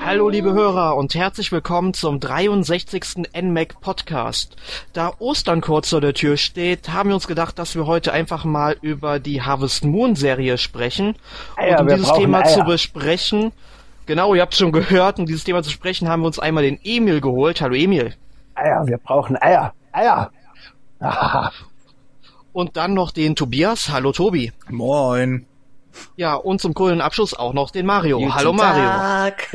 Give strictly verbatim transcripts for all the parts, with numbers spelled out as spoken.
Hallo liebe Hörer und herzlich willkommen zum dreiundsechzigsten N M A C Podcast. Da Ostern kurz vor der Tür steht, haben wir uns gedacht, dass wir heute einfach mal über die Harvest Moon Serie sprechen. Eier, und um dieses Thema Eier. zu besprechen, genau, ihr habt schon gehört, um dieses Thema zu sprechen, haben wir uns einmal den Emil geholt. Hallo Emil. Eier, wir brauchen Eier. Eier. Ah. Und dann noch den Tobias. Hallo Tobi. Moin. Ja, und zum coolen Abschluss auch noch den Mario. Guten Hallo Mario. Tag.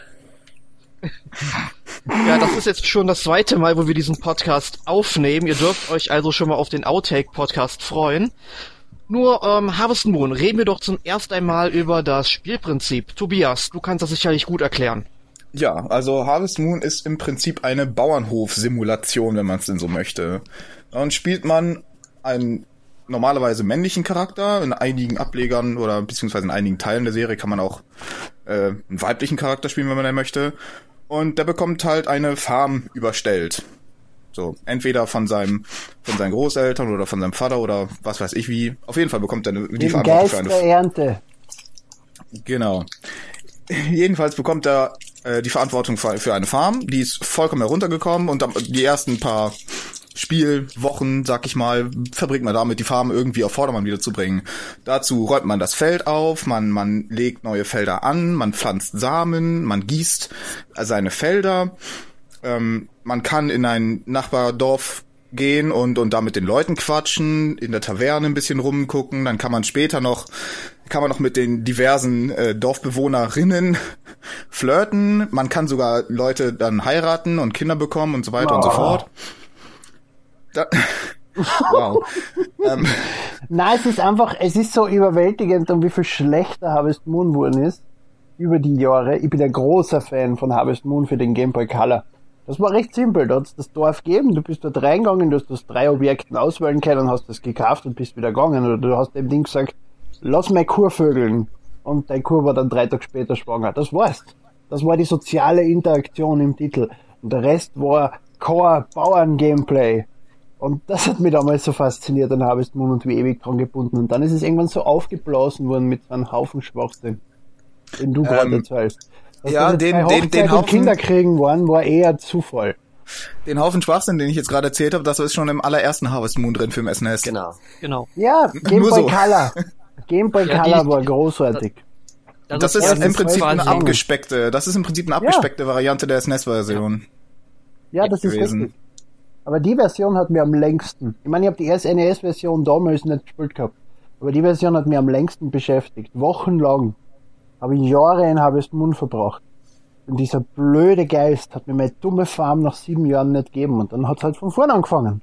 Ja, das ist jetzt schon das zweite Mal, wo wir diesen Podcast aufnehmen. Ihr dürft euch also schon mal auf den Outtake-Podcast freuen. Nur, ähm, Harvest Moon, reden wir doch zum ersten einmal über das Spielprinzip. Tobias, du kannst das sicherlich gut erklären. Ja, also Harvest Moon ist im Prinzip eine Bauernhof-Simulation, wenn man es denn so möchte. Dann spielt man einen normalerweise männlichen Charakter. In einigen Ablegern oder beziehungsweise in einigen Teilen der Serie kann man auch äh, einen weiblichen Charakter spielen, wenn man den möchte. Und der bekommt halt eine Farm überstellt. So, entweder von seinem von seinen Großeltern oder von seinem Vater oder was weiß ich wie. Auf jeden Fall bekommt er eine, die Im Verantwortung Geist für eine der Ernte. Genau. Jedenfalls bekommt er äh, die Verantwortung für, für eine Farm. Die ist vollkommen heruntergekommen und die ersten paar Spielwochen, sag ich mal, verbringt man damit, die Farm irgendwie auf Vordermann wieder zu bringen. Dazu räumt man das Feld auf, man man legt neue Felder an, man pflanzt Samen, man gießt seine Felder. Ähm, man kann in ein Nachbardorf gehen und und da mit den Leuten quatschen, in der Taverne ein bisschen rumgucken, dann kann man später noch kann man noch mit den diversen äh, Dorfbewohnerinnen flirten, man kann sogar Leute dann heiraten und Kinder bekommen und so weiter oh. und so fort. Da, wow. ähm, Nein, es ist einfach, es ist so überwältigend, und wie viel schlechter Harvest Moon geworden ist über die Jahre. Ich bin ein großer Fan von Harvest Moon für den Game Boy Color. Das war recht simpel, da hat es das Dorf gegeben, du bist dort reingegangen, du hast das drei Objekten auswählen können, hast das gekauft und bist wieder gegangen. Oder du hast dem Ding gesagt, lass meine Kur vögeln. Und deine Kur war dann drei Tage später schwanger. Das war's. Das war die soziale Interaktion im Titel. Und der Rest war Core-Bauern-Gameplay. Und das hat mich damals so fasziniert an Harvest Moon und wie ewig dran gebunden. Und dann ist es irgendwann so aufgeblasen worden mit so einem Haufen Schwachsinn, den du ähm, gerade erzählst. Dass ja, das den, bei den, den Haufen Haufen Kinderkriegen waren, war eher Zufall. Den Haufen Schwachsinn, den ich jetzt gerade erzählt habe, das ist schon im allerersten Harvest Moon drin für im S N E S. Genau. Genau. Ja, Game Nur Boy so. Color. Game Boy Ja, Color die- war großartig. Das, Das ist ja, im das Prinzip war eine quasi- abgespeckte, das ist im Prinzip eine abgespeckte Variante der S N E S-Version. Ja, das ist gewesen. richtig. Aber die Version hat mir am längsten, ich meine, ich habe die S N E S-Version damals nicht gespielt gehabt, aber die Version hat mir am längsten beschäftigt. Wochenlang habe ich Jahre in Harvest Moon verbracht. Und dieser blöde Geist hat mir meine dumme Farm nach sieben Jahren nicht gegeben. Und dann hat es halt von vorne angefangen.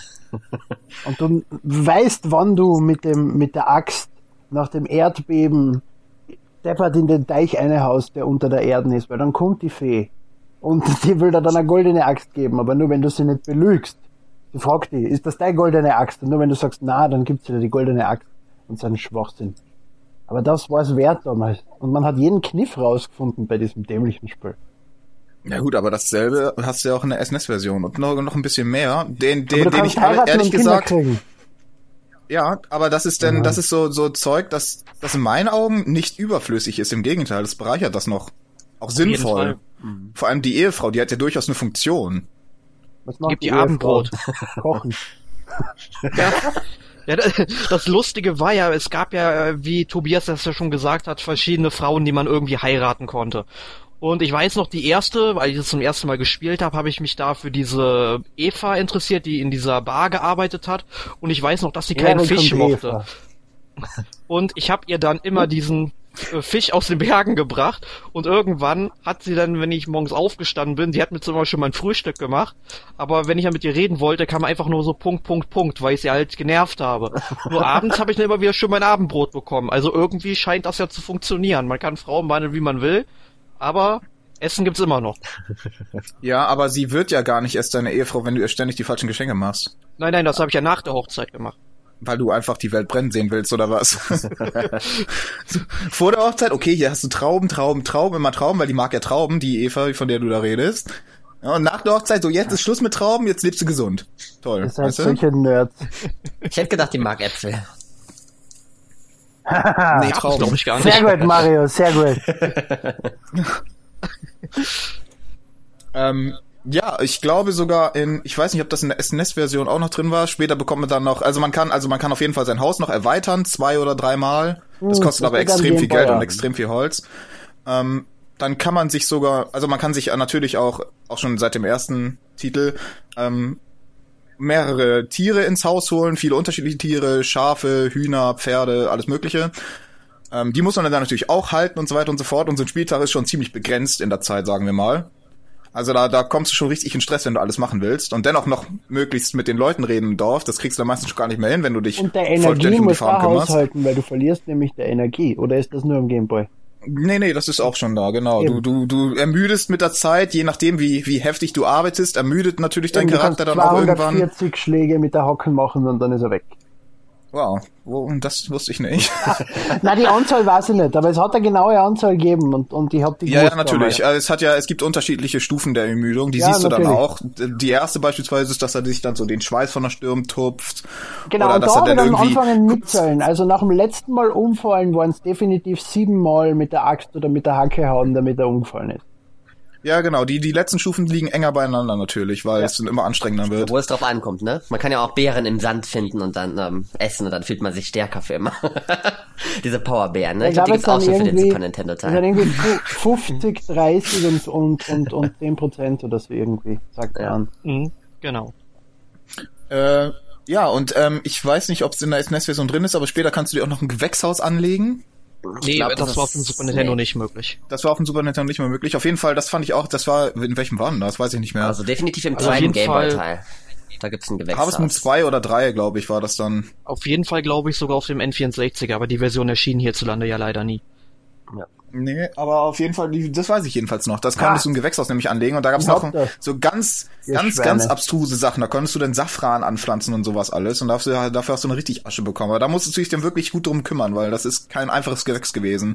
Und du weißt, wann du mit dem mit der Axt nach dem Erdbeben deppert in den Teich einhaust, der unter der Erde ist, weil dann kommt die Fee. Und die will dir dann eine goldene Axt geben, aber nur wenn du sie nicht belügst. Sie fragt die, ist das deine goldene Axt? Und nur wenn du sagst, na, dann gibt's dir die goldene Axt. Und so ein Schwachsinn. Aber das war es wert damals. Und man hat jeden Kniff rausgefunden bei diesem dämlichen Spiel. Ja gut, aber dasselbe hast du ja auch in der S N E S-Version und noch, noch ein bisschen mehr. Den, Aber den, du den kannst ich alle, heiraten ehrlich und Kinder gesagt, kriegen. ja, aber das ist denn, Ja. das ist so, so Zeug, das, das in meinen Augen nicht überflüssig ist. Im Gegenteil, das bereichert das noch. Auch jeden sinnvoll. Fall. Vor allem die Ehefrau, die hat ja durchaus eine Funktion. Was macht Gibt die Ehefrau? Abendbrot. Kochen. Ja. Ja, das Lustige war ja, es gab ja, wie Tobias das ja schon gesagt hat, verschiedene Frauen, die man irgendwie heiraten konnte. Und ich weiß noch, die erste, weil ich das zum ersten Mal gespielt habe, habe ich mich da für diese Eva interessiert, die in dieser Bar gearbeitet hat. Und ich weiß noch, dass sie keinen Erik Fisch und mochte. Eva. Und ich habe ihr dann immer diesen äh, Fisch aus den Bergen gebracht. Und irgendwann hat sie dann, wenn ich morgens aufgestanden bin, die hat mir zum Beispiel mein Frühstück gemacht. Aber wenn ich dann mit ihr reden wollte, kam einfach nur so Punkt, Punkt, Punkt, weil ich sie halt genervt habe. Nur abends habe ich dann immer wieder schön mein Abendbrot bekommen. Also irgendwie scheint das ja zu funktionieren. Man kann Frauen behandeln, wie man will, aber Essen gibt's immer noch. Ja, aber sie wird ja gar nicht erst deine Ehefrau, wenn du ihr ständig die falschen Geschenke machst. Nein, nein, das habe ich ja nach der Hochzeit gemacht. Weil du einfach die Welt brennen sehen willst, oder was? So, vor der Hochzeit, okay, hier hast du Trauben, Trauben, Trauben, immer Trauben, weil die mag ja Trauben, die Eva, von der du da redest. Ja, und nach der Hochzeit, so jetzt ist Schluss mit Trauben, jetzt lebst du gesund. Toll. Ihr seid Weißt du? solche Nerds. Ich hätte gedacht, die mag Äpfel. Nee, Das glaube ich gar nicht. Sehr gut, Mario, sehr gut. ähm, ja, ich glaube sogar in, ich weiß nicht, ob das in der S N E S-Version auch noch drin war. Später bekommt man dann noch, also man kann, also man kann auf jeden Fall sein Haus noch erweitern, zwei oder dreimal. Das Hm, kostet das aber geht dann extrem viel nebenbei, Geld ja. und extrem viel Holz. Ähm, dann kann man sich sogar, also man kann sich natürlich auch, auch schon seit dem ersten Titel, ähm, mehrere Tiere ins Haus holen, viele unterschiedliche Tiere, Schafe, Hühner, Pferde, alles Mögliche. Ähm, die muss man dann natürlich auch halten und so weiter und so fort. Und so ein Spieltag ist schon ziemlich begrenzt in der Zeit, sagen wir mal. Also da, da kommst du schon richtig in Stress, wenn du alles machen willst. Und dennoch noch möglichst mit den Leuten reden im Dorf. Das kriegst du dann meistens schon gar nicht mehr hin, wenn du dich Und der Energie vollständig um die muss Farm da kümmerst. haushalten, weil du verlierst nämlich der Energie. Oder ist das nur im Gameboy? Nee, nee, das ist auch schon da, genau. Du, Eben. du, du ermüdest mit der Zeit, je nachdem, wie, wie heftig du arbeitest, ermüdet natürlich dein Du Charakter kannst dann auch irgendwann. zweihundertvierzig Schläge mit der Hacke machen und dann ist er weg. Wow, oh, das wusste ich nicht. Na, die Anzahl weiß ich nicht, aber es hat eine genaue Anzahl gegeben und, und ich hab die Ja, ja, gewusst natürlich. damals. Also es hat ja, es gibt unterschiedliche Stufen der Ermüdung, die Ja, siehst du dann natürlich. auch. Die erste beispielsweise ist, dass er sich dann so den Schweiß von der Stirn tupft. Genau, Oder und dass da er habe dann ich dann irgendwie anfangen mitzählen. Also nach dem letzten Mal umfallen waren es definitiv siebenmal mit der Axt oder mit der Hacke hauen, damit er umgefallen ist. Ja, genau. Die, die letzten Stufen liegen enger beieinander natürlich, weil es dann immer anstrengender wird. Wo es drauf ankommt, ne? Man kann ja auch Beeren im Sand finden und dann ähm, essen und dann fühlt man sich stärker für immer. Diese Powerbeeren, ne? Ich glaube, die gibt's auch schon für den Super Nintendo Das sind Teil. irgendwie fu- fünfzig, dreißig und, und, und, und zehn Prozent oder so irgendwie, sagt er Ja. an. Mhm, genau. Äh, ja, und ähm, ich weiß nicht, ob es in der S N E S-Version drin ist, aber später kannst du dir auch noch ein Gewächshaus anlegen. Nee, glaub, das das war ist- auf dem Super Nintendo nee. nicht möglich. Das war auf dem Super Nintendo nicht mehr möglich. Auf jeden Fall, das fand ich auch, das war, in welchem war denn das? Weiß ich nicht mehr. Also definitiv im Also auf zweiten jeden Fall- Gameboy-Teil. Da gibt's ein Harvest Moon Gewächshaus. zwei oder drei, glaube ich, war das dann. Auf jeden Fall glaube ich sogar auf dem N vierundsechziger, aber die Version erschien hierzulande ja leider nie. Nee, aber auf jeden Fall, die, das weiß ich jedenfalls noch. Das konntest Ah. du ein Gewächshaus nämlich anlegen und da gab's Ich hab noch das. so ganz, Ihr ganz, Schweine. ganz abstruse Sachen. Da konntest du dann Safran anpflanzen und sowas alles und dafür, dafür hast du eine richtig Asche bekommen. Aber da musstest du dich dann wirklich gut drum kümmern, weil das ist kein einfaches Gewächs gewesen.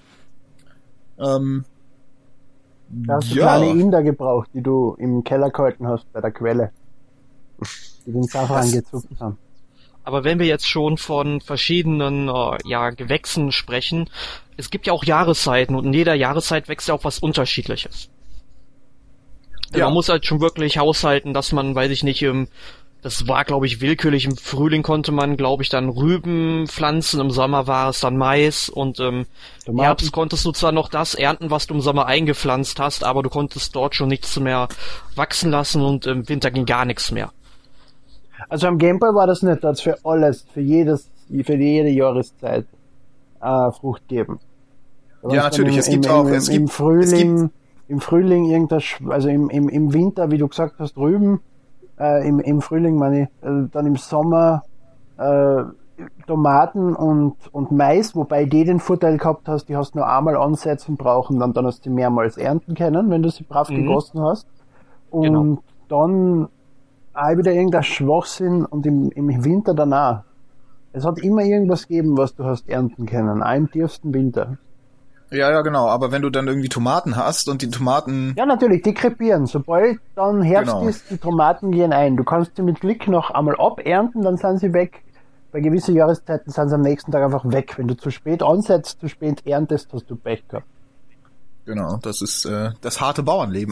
Ähm, Da hast du ja. kleine Inder gebraucht, die du im Keller gehalten hast, bei der Quelle. Die den Safran Das- gezuckt haben. Aber wenn wir jetzt schon von verschiedenen äh, ja, Gewächsen sprechen, es gibt ja auch Jahreszeiten und in jeder Jahreszeit wächst ja auch was Unterschiedliches. Ja. Man muss halt schon wirklich haushalten, dass man, weiß ich nicht, im, das war glaube ich willkürlich, im Frühling konnte man glaube ich dann Rüben pflanzen, im Sommer war es dann Mais und im Tomaten. Herbst konntest du zwar noch das ernten, was du im Sommer eingepflanzt hast, aber du konntest dort schon nichts mehr wachsen lassen und im Winter ging gar nichts mehr. Also am Gameboy war das nicht, da hat's für alles, für jedes, für jede Jahreszeit äh, Frucht geben. Da Ja, war's dann natürlich, im, es gibt im, auch- im, es im gibt- Frühling, im Frühling irgendwas, Sch- also im, im, im Winter, wie du gesagt hast, Rüben, äh, im, im Frühling meine ich, äh, dann im Sommer äh, Tomaten und, und Mais, wobei die den Vorteil gehabt hast, die hast du nur einmal ansetzen brauchen, dann, dann hast du sie mehrmals ernten können, wenn du sie brav Mhm. gegossen hast. Und Genau. dann auch wieder irgendein Schwachsinn und im, im Winter danach. Es hat immer irgendwas gegeben, was du hast ernten können, auch im tiefsten Winter. ja, ja, genau. Aber wenn du dann irgendwie Tomaten hast und die Tomaten, Ja, natürlich, die krepieren. Sobald dann Herbst Genau. ist, die Tomaten gehen ein. Du kannst sie mit Glück noch einmal abernten, dann sind sie weg. Bei gewissen Jahreszeiten sind sie am nächsten Tag einfach weg. Wenn du zu spät ansetzt, zu spät erntest, hast du Pech gehabt. genau, das ist äh, das harte Bauernleben.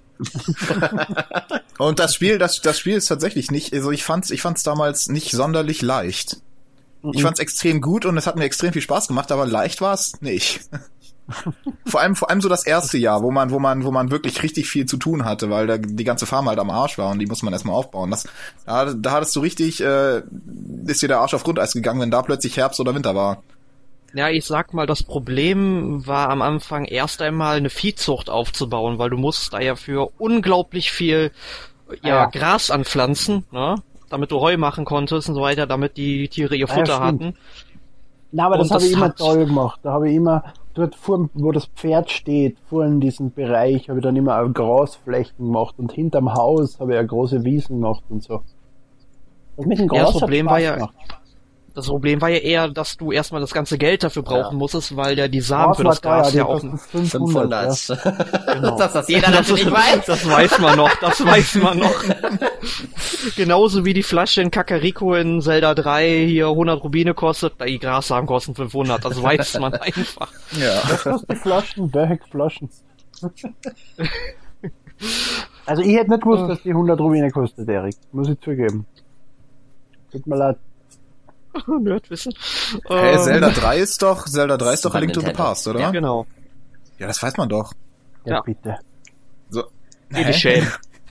Und das Spiel, das, das Spiel ist tatsächlich nicht, also ich fand's, ich fand's damals nicht sonderlich leicht. Ich fand's extrem gut und es hat mir extrem viel Spaß gemacht, aber leicht war es nicht. Vor allem, vor allem so das erste Jahr, wo man, wo man, wo man wirklich richtig viel zu tun hatte, weil da die ganze Farm halt am Arsch war und die muss man erstmal aufbauen. Das, da, da hattest du richtig, äh, ist dir der Arsch auf Grundeis gegangen, wenn da plötzlich Herbst oder Winter war. Ja, ich sag mal, das Problem war am Anfang erst einmal eine Viehzucht aufzubauen, weil du musst da ja für unglaublich viel ja, Ja. Gras anpflanzen, ne? Damit du Heu machen konntest und so weiter, damit die Tiere ihr Ja, Futter stimmt. hatten. Na, aber das Und habe das ich immer hat- toll gemacht. Da habe ich immer, dort vor, wo das Pferd steht, vor in diesem Bereich, habe ich dann immer auch Grasflächen gemacht und hinterm Haus habe ich ja große Wiesen gemacht und so. Das mit dem Ja, das Gras hat Problem Spaß war ja- gemacht. Das Problem war ja eher, dass du erstmal das ganze Geld dafür brauchen Ja. musstest, weil ja die Samen für war das Gras teuer, ja die auch... kosten fünfhundert. fünfhundert. Ja. Genau. Dass das jeder natürlich das, weiß. Das weiß man noch, das weiß man noch. Genauso wie die Flasche in Kakariko in Zelda drei hier hundert Rubine kostet, die Grassamen kosten fünfhundert, das weiß man einfach. Ja. Was kostet die Flaschen? Welche Flaschen? Also ich hätte nicht gewusst, dass die hundert Rubine kostet, Erik. Muss ich zugeben. Tut mir leid. Nerdwissen. Hey, Ähm, Zelda drei ist doch, Zelda drei ist doch A Super Link to the Nintendo. Past, oder? Ja, genau. Ja, das weiß man doch. Ja, Ja. bitte. So. Jede Shame.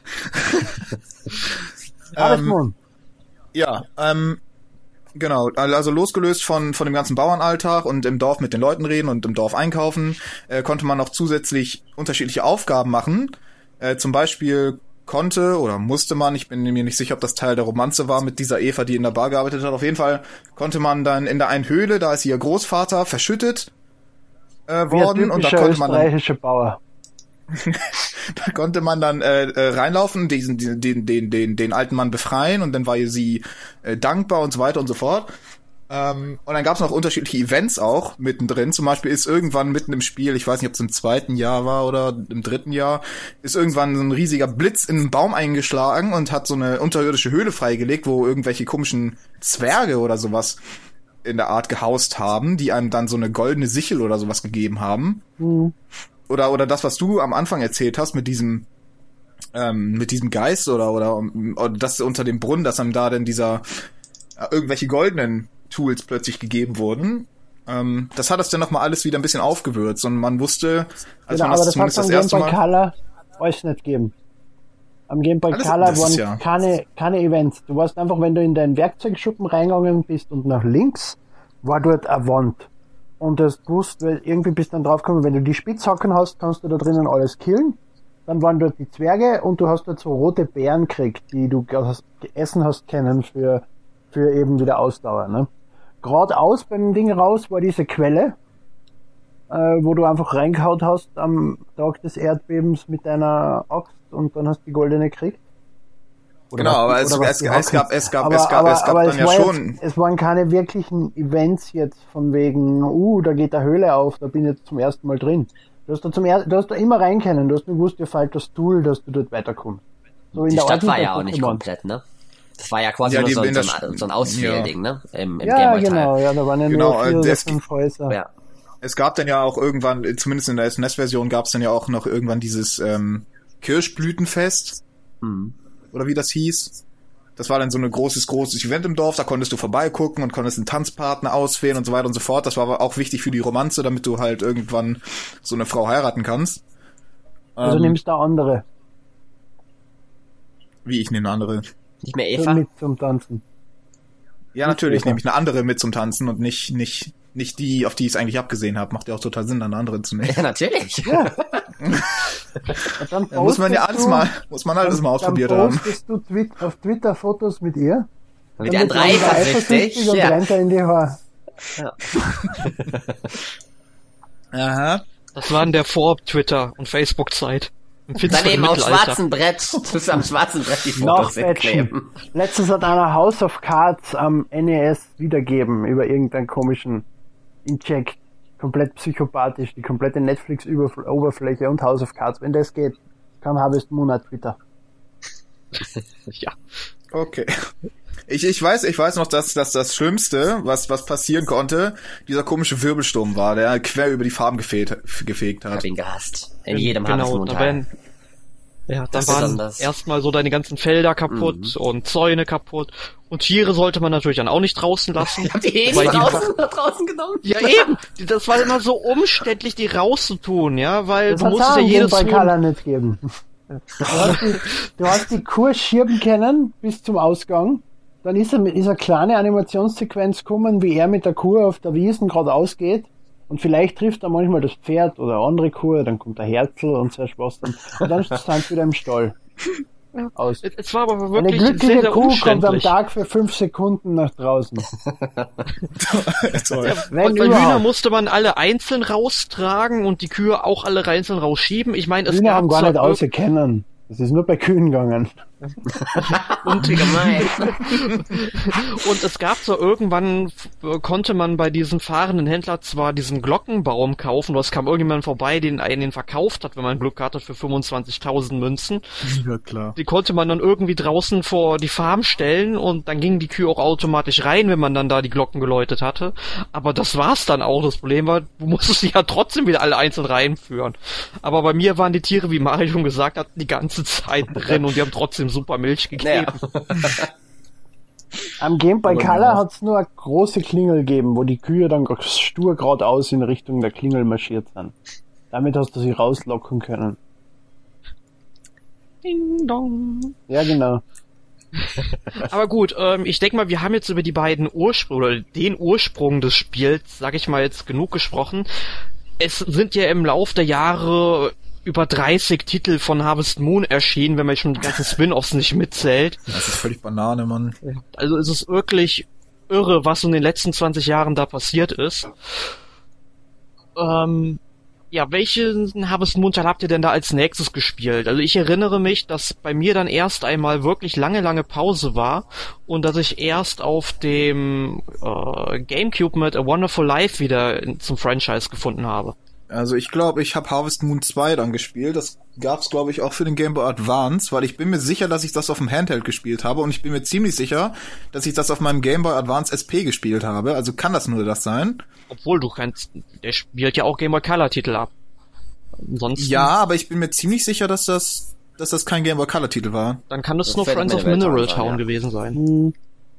Arbeitsmond. Ja, ähm, genau. Also losgelöst von von dem ganzen Bauernalltag und im Dorf mit den Leuten reden und im Dorf einkaufen, äh, konnte man noch zusätzlich unterschiedliche Aufgaben machen. Äh, zum Beispiel konnte oder musste man, ich bin mir nicht sicher, ob das Teil der Romanze war mit dieser Eva, die in der Bar gearbeitet hat, auf jeden Fall konnte man dann in der einen Höhle, da ist ihr Großvater verschüttet äh, worden und da konnte man dann, österreichische Bauer. da konnte man dann äh, äh, reinlaufen, diesen den den den den den alten Mann befreien und dann war ihr sie äh, dankbar und so weiter und so fort. Ähm, und dann gab es noch unterschiedliche Events auch mittendrin. Zum Beispiel ist irgendwann mitten im Spiel, ich weiß nicht, ob es im zweiten Jahr war oder im dritten Jahr, ist irgendwann so ein riesiger Blitz in einen Baum eingeschlagen und hat so eine unterirdische Höhle freigelegt, wo irgendwelche komischen Zwerge oder sowas in der Art gehaust haben, die einem dann so eine goldene Sichel oder sowas gegeben haben. Mhm. Oder oder das, was du am Anfang erzählt hast mit diesem ähm, mit diesem Geist oder oder, oder das unter dem Brunnen, dass einem da denn dieser äh, irgendwelche goldenen Tools plötzlich gegeben wurden. Ähm, das hat das dann nochmal alles wieder ein bisschen aufgewürzt und man wusste, als Genau, man aber das das zumindest hat das am Game erste Boy Mal... Color alles nicht gegeben. Am Game Boy Alles- Color das waren ist ja- keine, keine Events. Du warst einfach, wenn du in deinen Werkzeugschuppen reingegangen bist und nach links war dort eine Wand. Und das gewusst, weil irgendwie bist du dann draufgekommen, wenn du die Spitzhacken hast, kannst du da drinnen alles killen. Dann waren dort die Zwerge und du hast dort so rote Beeren gekriegt, die du ges- gegessen hast können für, für eben wieder Ausdauer, ne? Geradeaus beim Ding raus war diese Quelle, äh, wo du einfach reingehaut hast am Tag des Erdbebens mit deiner Axt und dann hast du die goldene gekriegt. Oder Genau, was- aber es, oder was es, die es Hacken- gab es gab aber, es gab aber, es gab aber dann es ja war schon Jetzt, es waren keine wirklichen Events jetzt von wegen, uh, da geht der Höhle auf, da bin ich jetzt zum ersten Mal drin. Du hast da zum er, du hast da immer rein können, du hast nur gewusst, dir fällt das Tool, dass du dort weiterkommst. So in Die der Stadt Ordnung war bei ja auch nicht Pokémon. komplett, ne? Das war ja quasi Ja, nur die- so, in so, der ein, Sch- so ein Auswählding, ne? Im, im Ja, Gameboy-Teil. genau, ja, da waren ja Genau, nur vier äh, oder das- fünf Häuser. Ja. es gab dann ja auch irgendwann, zumindest in der S N E S-Version, gab es dann ja auch noch irgendwann dieses ähm, Kirschblütenfest, Mhm. oder wie das hieß. Das war dann so ein großes, großes Event im Dorf, da konntest du vorbeigucken und konntest einen Tanzpartner auswählen und so weiter und so fort. Das war aber auch wichtig für die Romanze, damit du halt irgendwann so eine Frau heiraten kannst. Also Ähm, nimmst du andere wie ich nehme eine andere. Nicht mehr so Eva? mit zum Tanzen. Ja, natürlich Eva. nehme ich eine andere mit zum Tanzen und nicht nicht nicht die, auf die ich es eigentlich abgesehen habe. Macht ja auch total Sinn, eine andere zu nehmen. Ja, natürlich. Ja. Und dann Da muss man ja postest alles du- mal, muss man alles mal ausprobiert dann haben. postest du Twit- auf Twitter Fotos mit ihr. Mit Dann der wird sie drei eifersüchtig und ja. rennt er in die Haare. Aha. Das war in der Vor-Twitter- und Facebook-Zeit. Im finsteren Daneben auf Mittelalter. schwarzen Brett, tust du am schwarzen Brett die Fotos Nachbatchen. hinkleben. Letztens hat einer House of Cards am N E S wiedergeben über irgendeinen komischen Incheck. Komplett psychopathisch, die komplette Netflix-Oberfläche und House of Cards. Wenn das geht, kann Harvest Moon auf Twitter. Ja. Okay. Ich, ich weiß, ich weiß noch, dass, dass das Schlimmste, was, was passieren konnte, dieser komische Wirbelsturm war, der quer über die Farben gefegt, gefegt Ich hat. hab ihn gehasst. In jedem genau, Harvest da Moon-Teil. werden, ja, dann Das ist waren anders. erstmal so deine ganzen Felder kaputt und Zäune kaputt. Und Tiere sollte man natürlich dann auch nicht draußen lassen. Habt ihr eh Weil nicht die- draußen, draußen genommen? Ja, eben. Das war immer so umständlich, die rauszutun, ja, weil Das du hat's musstest auch ja im jedes Game Boy Huhn- Color nicht geben. Du hast die, du hast die Kur schieben können bis zum Ausgang. Dann ist er mit dieser kleine Animationssequenz gekommen, wie er mit der Kur auf der Wiesen gerade ausgeht. Und vielleicht trifft er manchmal das Pferd oder eine andere Kur, dann kommt der Herzl und so Spaß dann. Und dann stand sie wieder im Stall. Aus. Es war aber Eine wirklich glückliche sehr, sehr Kuh kommt am umständlich. Tag für fünf Sekunden nach draußen. Toll. Wenn Weil, weil Hühner überhaupt. musste man alle einzeln raustragen und die Kühe auch alle einzeln rausschieben. Ich meine, es Hühner gab haben gar zwar nicht irg- ausgekennen. Das ist nur bei Kühen gegangen. und, und es gab so irgendwann, konnte man bei diesem fahrenden Händler zwar diesen Glockenbaum kaufen, oder es kam irgendjemand vorbei, den einen den verkauft hat, wenn man Glück hatte, für fünfundzwanzigtausend Münzen. Ja, klar. Die konnte man dann irgendwie draußen vor die Farm stellen und dann gingen die Kühe auch automatisch rein, wenn man dann da die Glocken geläutet hatte. Aber das war's dann auch. Das Problem war, du musstest sie ja trotzdem wieder alle einzeln reinführen. Aber bei mir waren die Tiere, wie Mario schon gesagt hat, die ganze Zeit drin und die haben trotzdem super Milch gegeben. Naja. Am Game Boy Color hat's nur eine große Klingel gegeben, wo die Kühe dann stur geradeaus in Richtung der Klingel marschiert sind. Damit hast du sie rauslocken können. Ding dong. Ja, genau. Aber gut, ähm, ich denke mal, wir haben jetzt über die beiden Ursprünge, oder den Ursprung des Spiels, sag ich mal, jetzt genug gesprochen. Es sind ja im Lauf der Jahre über dreißig Titel von Harvest Moon erschienen, wenn man schon die ganzen Spin-Offs nicht mitzählt. Das ist völlig Banane, Mann. Also es ist wirklich irre, was in den letzten zwanzig Jahren da passiert ist. Ähm, ja, welchen Harvest Moon Teil habt ihr denn da als nächstes gespielt? Also ich erinnere mich, dass bei mir dann erst einmal wirklich lange, lange Pause war und dass ich erst auf dem äh, GameCube mit A Wonderful Life wieder in, zum Franchise gefunden habe. Also ich glaube, ich habe Harvest Moon zwei dann gespielt. Das gab's, glaube ich, auch für den Game Boy Advance, weil ich bin mir sicher, dass ich das auf dem Handheld gespielt habe und ich bin mir ziemlich sicher, dass ich das auf meinem Game Boy Advance S P gespielt habe. Also kann das nur das sein? Obwohl, du kannst, der spielt ja auch Game Boy Color Titel ab. Ansonsten, ja, aber ich bin mir ziemlich sicher, dass das dass das kein Game Boy Color Titel war. Dann kann das, das nur Friends of Mineral Town, Town ja. gewesen sein. Hm.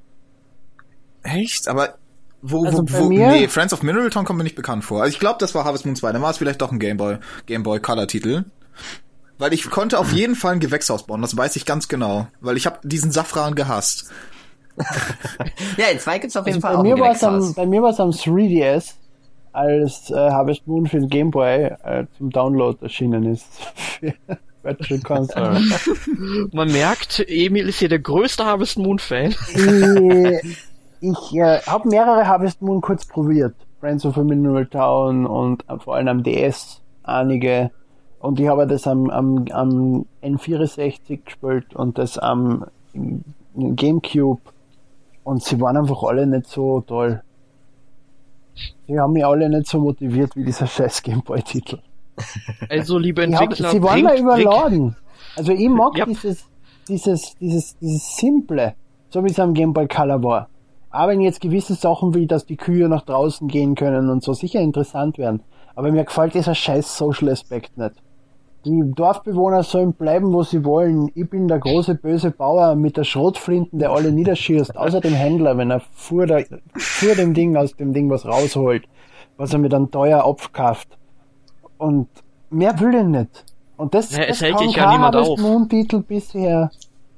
Echt? Aber Wo, also wo, wo, mir, nee, Friends of Mineral Town kommt mir nicht bekannt vor. Also ich glaube, das war Harvest Moon zwei. Dann war es vielleicht doch ein Game Boy, Game Boy Color Titel. Weil ich konnte auf jeden Fall ein Gewächshaus bauen, das weiß ich ganz genau. Weil ich habe diesen Safran gehasst. Ja, in zwei gibt's auf jeden also Fall bei auch mir ein war's Gewächshaus. am, Bei mir war es am drei D S, als äh, Harvest Moon für den Game Boy äh, zum Download erschienen ist. Virtual Console. Man merkt, Emil ist hier der größte Harvest Moon Fan. Ich äh, habe mehrere Harvest Moon kurz probiert. Friends of a Mineral Town und äh, vor allem am D S einige. Und ich habe das am, am, am N vierundsechzig gespielt und das am GameCube. Und sie waren einfach alle nicht so toll. Sie haben mich alle nicht so motiviert wie dieser scheiß Gameboy-Titel. Also, liebe Entwickler, hab, sie waren bringt, mal überladen. Bringt. Also ich mag ja. dieses, dieses, dieses, dieses Simple, so wie es am Game Boy Color war. Aber wenn jetzt gewisse Sachen wie, dass die Kühe nach draußen gehen können und so, sicher interessant werden. Aber mir gefällt dieser scheiß Social Aspekt nicht. Die Dorfbewohner sollen bleiben, wo sie wollen. Ich bin der große böse Bauer mit der Schrotflinten, der alle niederschießt. Außer dem Händler, wenn er vor, der, vor dem Ding aus dem Ding was rausholt, was er mit einem teuer abkauft. Und mehr will ich nicht. Und das, ja, das hält kann dich ja kein niemand Harvest auf. Moon Titel bisher,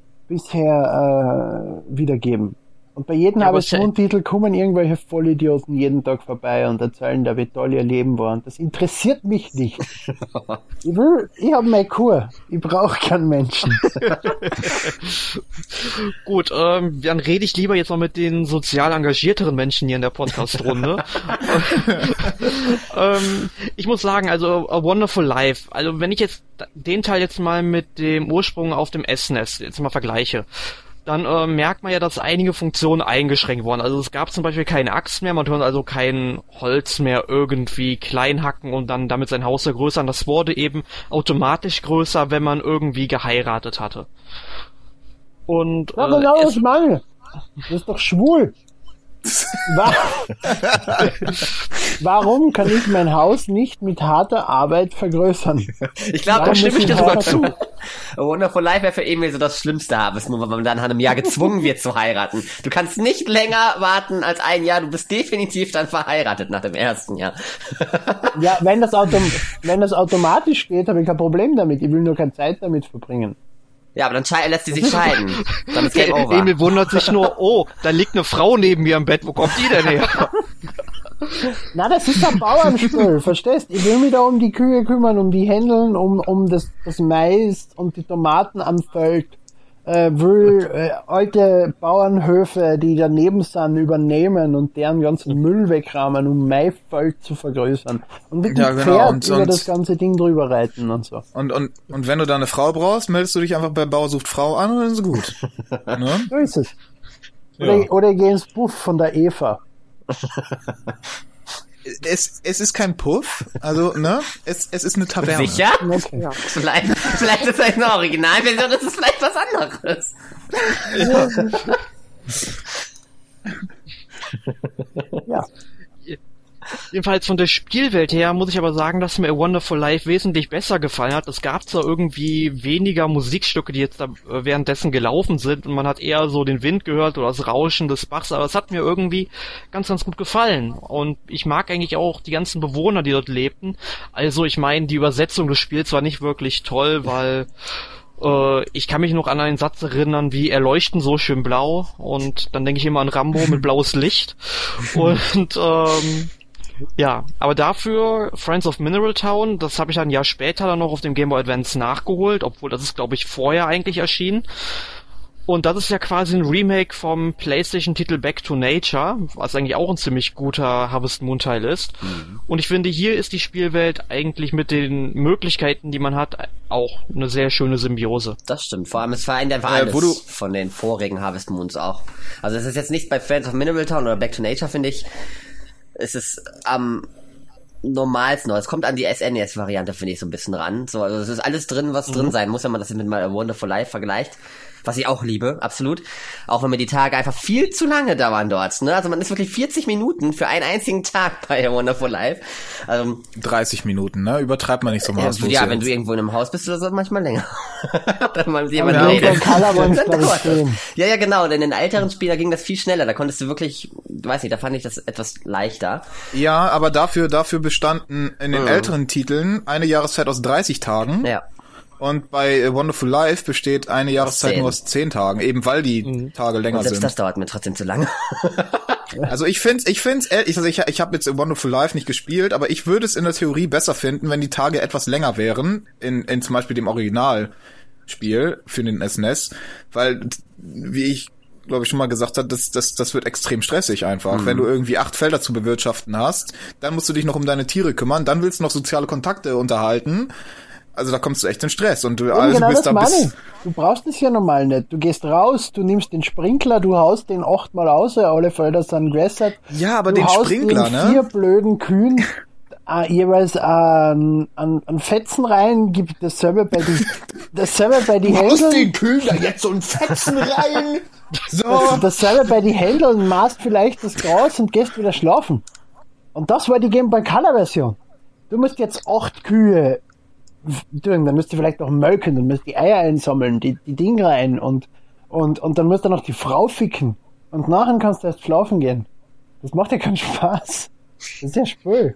bisher äh, wiedergeben. Und bei jedem Ja, Harvest Moon Titel kommen irgendwelche Vollidioten jeden Tag vorbei und erzählen da, wie toll ihr Leben war. Und das interessiert mich nicht. Ich will, ich habe meine Kur. Ich brauche keinen Menschen. Gut, ähm, dann rede ich lieber jetzt mal mit den sozial engagierteren Menschen hier in der Podcast-Runde. ähm, ich muss sagen, also A Wonderful Life, also wenn ich jetzt den Teil jetzt mal mit dem Ursprung auf dem S N E S jetzt mal vergleiche, dann äh, merkt man ja, dass einige Funktionen eingeschränkt wurden. Also es gab zum Beispiel keine Axt mehr, man konnte also kein Holz mehr irgendwie klein hacken und dann damit sein Haus vergrößern. Das wurde eben automatisch größer, wenn man irgendwie geheiratet hatte. Und Ja, äh, genau, es, was ich meine. Das ist doch schwul. Wa- Warum kann ich mein Haus nicht mit harter Arbeit vergrößern? Ich glaube, da Warum stimme muss ich dir ich sogar heiraten? zu. A Wonderful Life wäre für Emil so das Schlimmste Harvest Moon, weil man dann nach einem Jahr gezwungen wird zu heiraten. Du kannst nicht länger warten als ein Jahr, du bist definitiv dann verheiratet nach dem ersten Jahr. Ja, wenn das, Autom- wenn das automatisch geht, habe ich kein Problem damit. Ich will nur keine Zeit damit verbringen. Ja, aber dann sche- lässt sie sich scheiden. Dann ist Game Over. Emil wundert sich nur, oh, da liegt eine Frau neben mir im Bett, wo kommt die denn her? Na, das ist ein Bauernspiel, verstehst? Ich will mich da um die Kühe kümmern, um die Händeln, um, um das, das Mais und die Tomaten am Feld. äh, will äh, alte Bauernhöfe, die daneben sind, übernehmen und deren ganzen Müll wegrahmen, um mein Feld zu vergrößern. Und mit dem Ja, genau, Pferd und- über und- das ganze Ding drüber reiten und so. Und, und, und wenn du da eine Frau brauchst, meldest du dich einfach bei Bauer sucht Frau an und dann ist es gut. Ne? So ist es. Oder, Ja. oder ich gehe ins Buff von der Eva. Es, es ist kein Puff, also, ne? Es, es ist eine Taverne. Sicher? Okay. Vielleicht, vielleicht ist es eine Originalversion, das ist vielleicht was anderes. Ja. Jedenfalls von der Spielwelt her muss ich aber sagen, dass mir A Wonderful Life wesentlich besser gefallen hat. Es gab zwar irgendwie weniger Musikstücke, die jetzt da äh, währenddessen gelaufen sind und man hat eher so den Wind gehört oder das Rauschen des Bachs, aber es hat mir irgendwie ganz, ganz gut gefallen. Und ich mag eigentlich auch die ganzen Bewohner, die dort lebten. Also ich meine, die Übersetzung des Spiels war nicht wirklich toll, weil äh, ich kann mich noch an einen Satz erinnern, wie erleuchten so schön blau und dann denke ich immer an Rambo mit blaues Licht und ähm, ja, aber dafür Friends of Mineral Town, das habe ich dann ein Jahr später dann noch auf dem Game Boy Advance nachgeholt, obwohl das ist, glaube ich, vorher eigentlich erschienen. Und das ist ja quasi ein Remake vom PlayStation-Titel Back to Nature, was eigentlich auch ein ziemlich guter Harvest Moon Teil ist. Mhm. Und ich finde, hier ist die Spielwelt eigentlich mit den Möglichkeiten, die man hat, auch eine sehr schöne Symbiose. Das stimmt, vor allem es vereint einfach Äh, alles wo du- von den vorigen Harvest Moons auch. Also es ist jetzt nicht bei Friends of Mineral Town oder Back to Nature, finde ich. Es ist am normalsten, es kommt an die S N E S-Variante, finde ich, so ein bisschen ran. So, also es ist alles drin, was mhm. drin sein muss, wenn man das mit mal A Wonderful Life vergleicht. Was ich auch liebe, absolut. Auch wenn mir die Tage einfach viel zu lange dauern dort. Ne? Also man ist wirklich vierzig Minuten für einen einzigen Tag bei A Wonderful Life. Also, dreißig Minuten, ne? Übertreibt man nicht so ja, maßlos. ja, wenn jetzt. du irgendwo in einem Haus bist, ist das manchmal länger. Wenn man mit Aber jemandem ja, redet. bei Color Ones, Dann glaub ich, dauert das. stehen. Ja, ja, genau. Denn in den älteren Spielen, da ging das viel schneller. Da konntest du wirklich, weiß nicht, da fand ich das etwas leichter. Ja, aber dafür, dafür bestanden in den Mhm. älteren Titeln eine Jahreszeit aus dreißig Tagen. Ja. Und bei A Wonderful Life besteht eine Jahreszeit zehn. nur aus zehn Tagen, eben weil die Mhm. Tage länger Und selbst sind. das dauert mir trotzdem zu lange. Also ich find's, ich find's, ehrlich, also ich, ich habe jetzt A Wonderful Life nicht gespielt, aber ich würde es in der Theorie besser finden, wenn die Tage etwas länger wären, in, in zum Beispiel dem Originalspiel für den S N E S, weil, wie ich glaube ich schon mal gesagt habe, das, das, das wird extrem stressig einfach. Mhm. Wenn du irgendwie acht Felder zu bewirtschaften hast, dann musst du dich noch um deine Tiere kümmern, dann willst du noch soziale Kontakte unterhalten. Also da kommst du echt in Stress und du Ja, also genau bist das da meine bis ich. Du brauchst es ja normal nicht. Du gehst raus, du nimmst den Sprinkler, du haust den achtmal aus, alle Felder sind gewässert. Ja, aber du den haust Sprinkler, den ne? vier blöden Kühen äh, jeweils an, an, an Fetzen rein, gibt dasselbe bei die, dasselbe bei die Händeln. Kühen da jetzt so ein Fetzen rein. So. Das, dasselbe bei die Händeln, maßt vielleicht das Gras und gehst wieder schlafen. Und das war die Game Boy Color Version. Du musst jetzt acht Kühe tun, dann müsst ihr vielleicht noch melken, dann müsst ihr die Eier einsammeln, die, die Dinge rein und, und, und dann müsst ihr noch die Frau ficken. Und nachher kannst du erst schlafen gehen. Das macht ja keinen Spaß. Das ist ja Spül.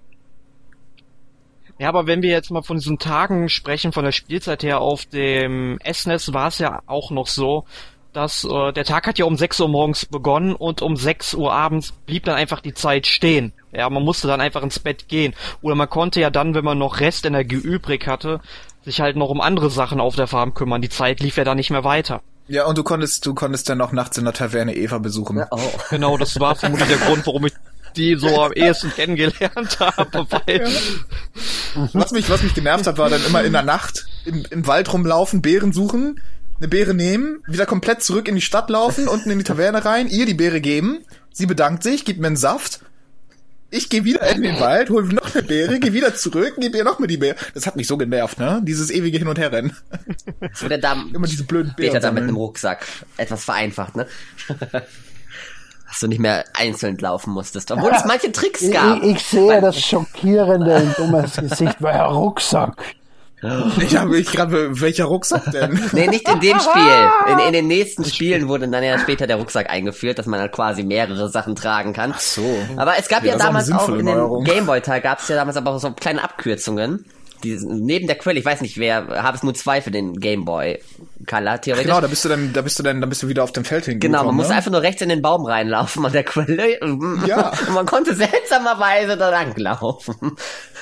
Ja, aber wenn wir jetzt mal von diesen Tagen sprechen, von der Spielzeit her auf dem S N E S, war es ja auch noch so, dass äh, der Tag hat ja um sechs Uhr morgens begonnen und um sechs Uhr abends blieb dann einfach die Zeit stehen. Ja, man musste dann einfach ins Bett gehen. Oder man konnte ja dann, wenn man noch Restenergie übrig hatte, sich halt noch um andere Sachen auf der Farm kümmern. Die Zeit lief ja dann nicht mehr weiter. Ja, und du konntest, du konntest dann noch nachts in der Taverne Eva besuchen. Oh. Genau, das war vermutlich der Grund, warum ich die so am ehesten kennengelernt habe. Weil Was mich, was mich genervt hat, war dann immer in der Nacht im, im Wald rumlaufen, Beeren suchen, eine Beere nehmen, wieder komplett zurück in die Stadt laufen, unten in die Taverne rein, ihr die Beere geben, sie bedankt sich, gibt mir einen Saft, ich gehe wieder in den Wald, hol noch eine Beere, gehe wieder zurück, gebe ihr noch mal die Beere. Das hat mich so genervt, ne? Dieses ewige Hin- und Herrennen. Das wird ja dann Immer diese blöden Beeren später dann mit sammeln. einem Rucksack. Etwas vereinfacht, ne? Dass du nicht mehr einzeln laufen musstest. Obwohl es manche Tricks Ich, gab. ich, ich sehe das schockierende und dummes Gesicht bei Herr Rucksack. Ich habe mich gerade, welcher Rucksack denn? Nee, nicht in dem Spiel. In, in den nächsten Spielen wurde dann ja später der Rucksack eingeführt, dass man halt quasi mehrere Sachen tragen kann. Ach so. Aber es gab Ja, ja, das ist auch eine damals auch sinnvolle in dem Neuerung. Gameboy-Teil gab es ja damals aber auch so kleine Abkürzungen. Die, neben der Quelle, ich weiß nicht, wer, Harvest Moon zwei für den Gameboy Color, theoretisch. Genau, da bist du dann, da bist du dann, da bist du wieder auf dem Feld hingekommen. Genau, man musste ne? einfach nur rechts in den Baum reinlaufen an der Quelle. Ja. Und man konnte seltsamerweise da langlaufen.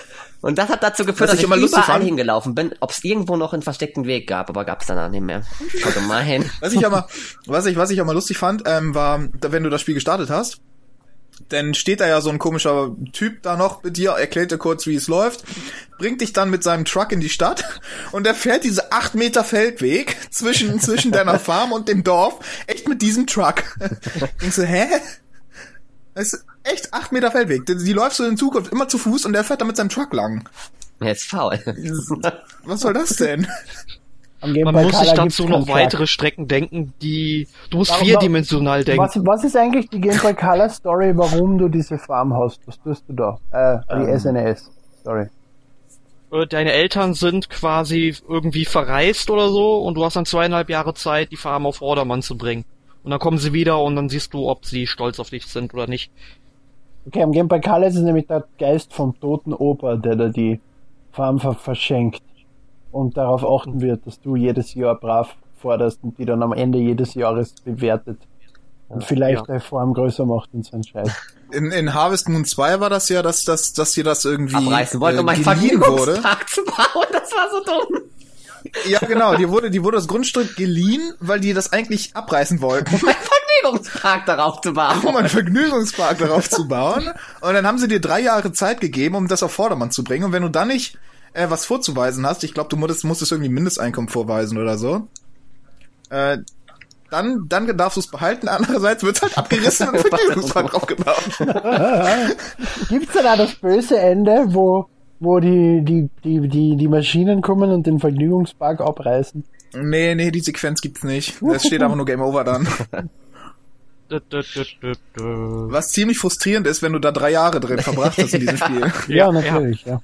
Und das hat dazu geführt, Was dass ich ich immer lustig überall fand- hingelaufen bin, ob es irgendwo noch einen versteckten Weg gab, aber gab es danach nicht mehr. Voll gemein. Was ich aber, was ich, was ich aber lustig fand, ähm, war, da- wenn du das Spiel gestartet hast, dann steht da ja so ein komischer Typ da noch mit dir, erklärt dir kurz, wie es läuft, bringt dich dann mit seinem Truck in die Stadt und er fährt diese acht Meter Feldweg zwischen, zwischen deiner Farm und dem Dorf, echt mit diesem Truck. Denkst du, hä? Das ist echt acht Meter Feldweg. Die, die läufst du in Zukunft immer zu Fuß und der fährt da mit seinem Truck lang. Er ist faul. Was soll das denn? Am Game Man Boy muss sich Color dazu gibt's noch keinen Track. weitere Strecken denken, die, du musst Warum- vierdimensional denken. Was, was ist eigentlich die Game Boy Color Story, warum du diese Farm hast? Was tust du da? Äh, die Ähm. S N E S Story. Äh, Deine Eltern sind quasi irgendwie verreist oder so und du hast dann zweieinhalb Jahre Zeit, die Farm auf Vordermann zu bringen. Und dann kommen sie wieder und dann siehst du, ob sie stolz auf dich sind oder nicht. Okay, am Game Boy Color ist es nämlich der Geist vom toten Opa, der da die Farm ver verschenkt und darauf achten wird, dass du jedes Jahr brav forderst und die dann am Ende jedes Jahres bewertet und vielleicht Ja. deine Farm größer macht und so ein Scheiß. In, in Harvest Moon zwei war das ja, dass, dass, dass dir das irgendwie Abreißen wollten, um äh, einen geliehen wurde. Vergnügungspark zu bauen. Das war so dumm. Ja, genau, dir wurde, dir wurde das Grundstück geliehen, weil die das eigentlich abreißen wollten, Um einen Vergnügungspark darauf zu bauen. um einen Vergnügungspark darauf zu bauen. Und dann haben sie dir drei Jahre Zeit gegeben, um das auf Vordermann zu bringen. Und wenn du dann nicht äh, was vorzuweisen hast, ich glaube, du musstest, musstest irgendwie Mindesteinkommen vorweisen oder so, äh, dann, dann darfst du es behalten. Andererseits wird's halt abgerissen und ein Vergnügungspark draufgebaut. Gibt's dann auch das böse Ende, wo, wo die, die, die, die, die Maschinen kommen und den Vergnügungspark abreißen? Nee, nee, die Sequenz gibt's nicht. Es steht einfach nur Game Over dann. Dö, dö, dö, dö, dö. Was ziemlich frustrierend ist, wenn du da drei Jahre drin verbracht hast in diesem Spiel. Ja, Ja, natürlich, ja.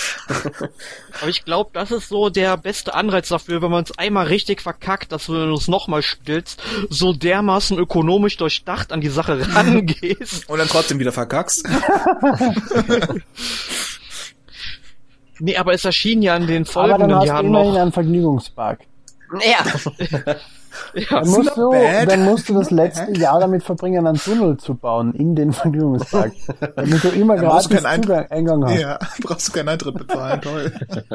Aber ich glaube, das ist so der beste Anreiz dafür, wenn man es einmal richtig verkackt, dass du, wenn du es nochmal spielst, so dermaßen ökonomisch durchdacht an die Sache rangehst. Und dann trotzdem wieder verkackst. Nee, aber es erschien ja in den Aber dann folgenden hast du Jahren immerhin noch. einen Vergnügungspark. Ja. Ja, Dann musst, du, bad. dann musst du das letzte Jahr damit verbringen, einen Tunnel zu bauen in den Vergnügungspark. Damit du immer Dann brauchst gratis du keinen Zugang, Eingang hast. Ja, brauchst du keinen Eintritt bezahlen, toll.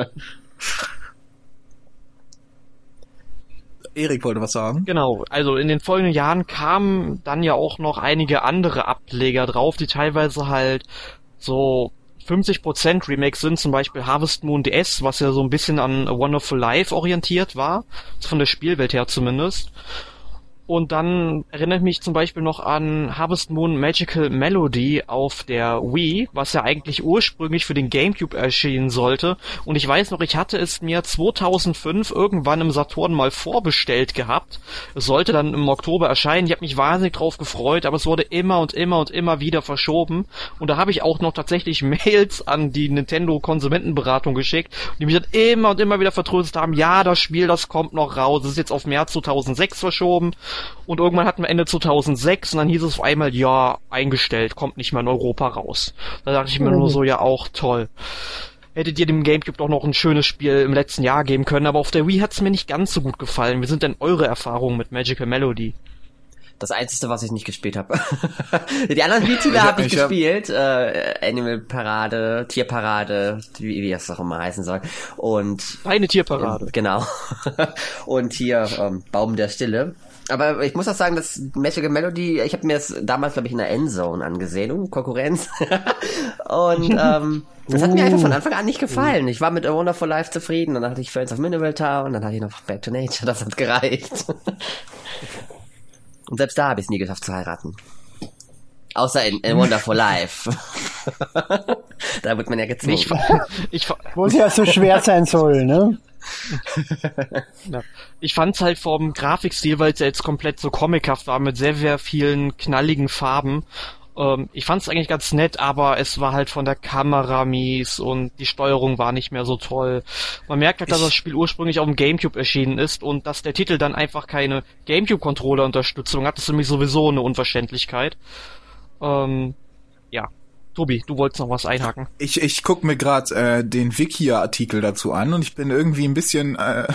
Erik wollte was sagen. genau. Also in den folgenden Jahren kamen dann ja auch noch einige andere Ableger drauf, die teilweise halt so fünfzig Prozent Remakes sind, zum Beispiel Harvest Moon D S, was ja so ein bisschen an A Wonderful Life orientiert war, von der Spielwelt her zumindest. Und dann erinnere ich mich zum Beispiel noch an Harvest Moon Magical Melody auf der Wii, was ja eigentlich ursprünglich für den GameCube erschienen sollte. Und ich weiß noch, ich hatte es mir zweitausendfünf irgendwann im Saturn mal vorbestellt gehabt. Es sollte dann im Oktober erscheinen. Ich habe mich wahnsinnig drauf gefreut, aber es wurde immer und immer und immer wieder verschoben. Und da habe ich auch noch tatsächlich Mails an die Nintendo Konsumentenberatung geschickt, die mich dann immer und immer wieder vertröstet haben, ja, das Spiel, das kommt noch raus. Es ist jetzt auf März zweitausendsechs verschoben. Und irgendwann hatten wir Ende zweitausendsechs und dann hieß es auf einmal, ja, eingestellt, kommt nicht mehr in Europa raus. Da dachte ich mir nur so, ja auch toll. Hättet ihr dem GameCube doch noch ein schönes Spiel im letzten Jahr geben können, aber auf der Wii hat's mir nicht ganz so gut gefallen. Wie sind denn eure Erfahrungen mit Magical Melody? Das Einzige, was ich nicht gespielt habe. Die anderen Wii-Titel habe ich, ich hab- gespielt. Äh, Animal Parade, Tierparade, wie, wie das auch immer heißen soll. Und Deine Tierparade. genau. Und hier ähm, Baum der Stille. Aber ich muss auch sagen, dass Magical Melody, ich habe mir das damals, glaube ich, in der Endzone angesehen, uh, Konkurrenz. Und ähm, das hat mir einfach von Anfang an nicht gefallen. Ich war mit A Wonderful Life zufrieden, dann hatte ich Friends of Mineral Town, dann hatte ich noch Back to Nature, das hat gereicht. Und selbst da habe ich es nie geschafft zu heiraten. Außer in, in Wonderful Life. Da wird man ja gezwungen. Ich, fa- ich, fa- Wo es ja so schwer sein soll, ne? Ja. Ich fand's halt vom Grafikstil, weil es ja jetzt komplett so comichaft war, mit sehr, sehr vielen knalligen Farben. Ähm, ich fand's eigentlich ganz nett, aber es war halt von der Kamera mies und die Steuerung war nicht mehr so toll. Man merkt halt, dass das Spiel ursprünglich auf dem GameCube erschienen ist und dass der Titel dann einfach keine GameCube-Controller-Unterstützung hat, ist für mich sowieso eine Unverständlichkeit. Ähm, ja. Tobi, du wolltest noch was einhaken. Ich, ich guck mir gerade äh, den Wikia-Artikel dazu an und ich bin irgendwie ein bisschen, äh,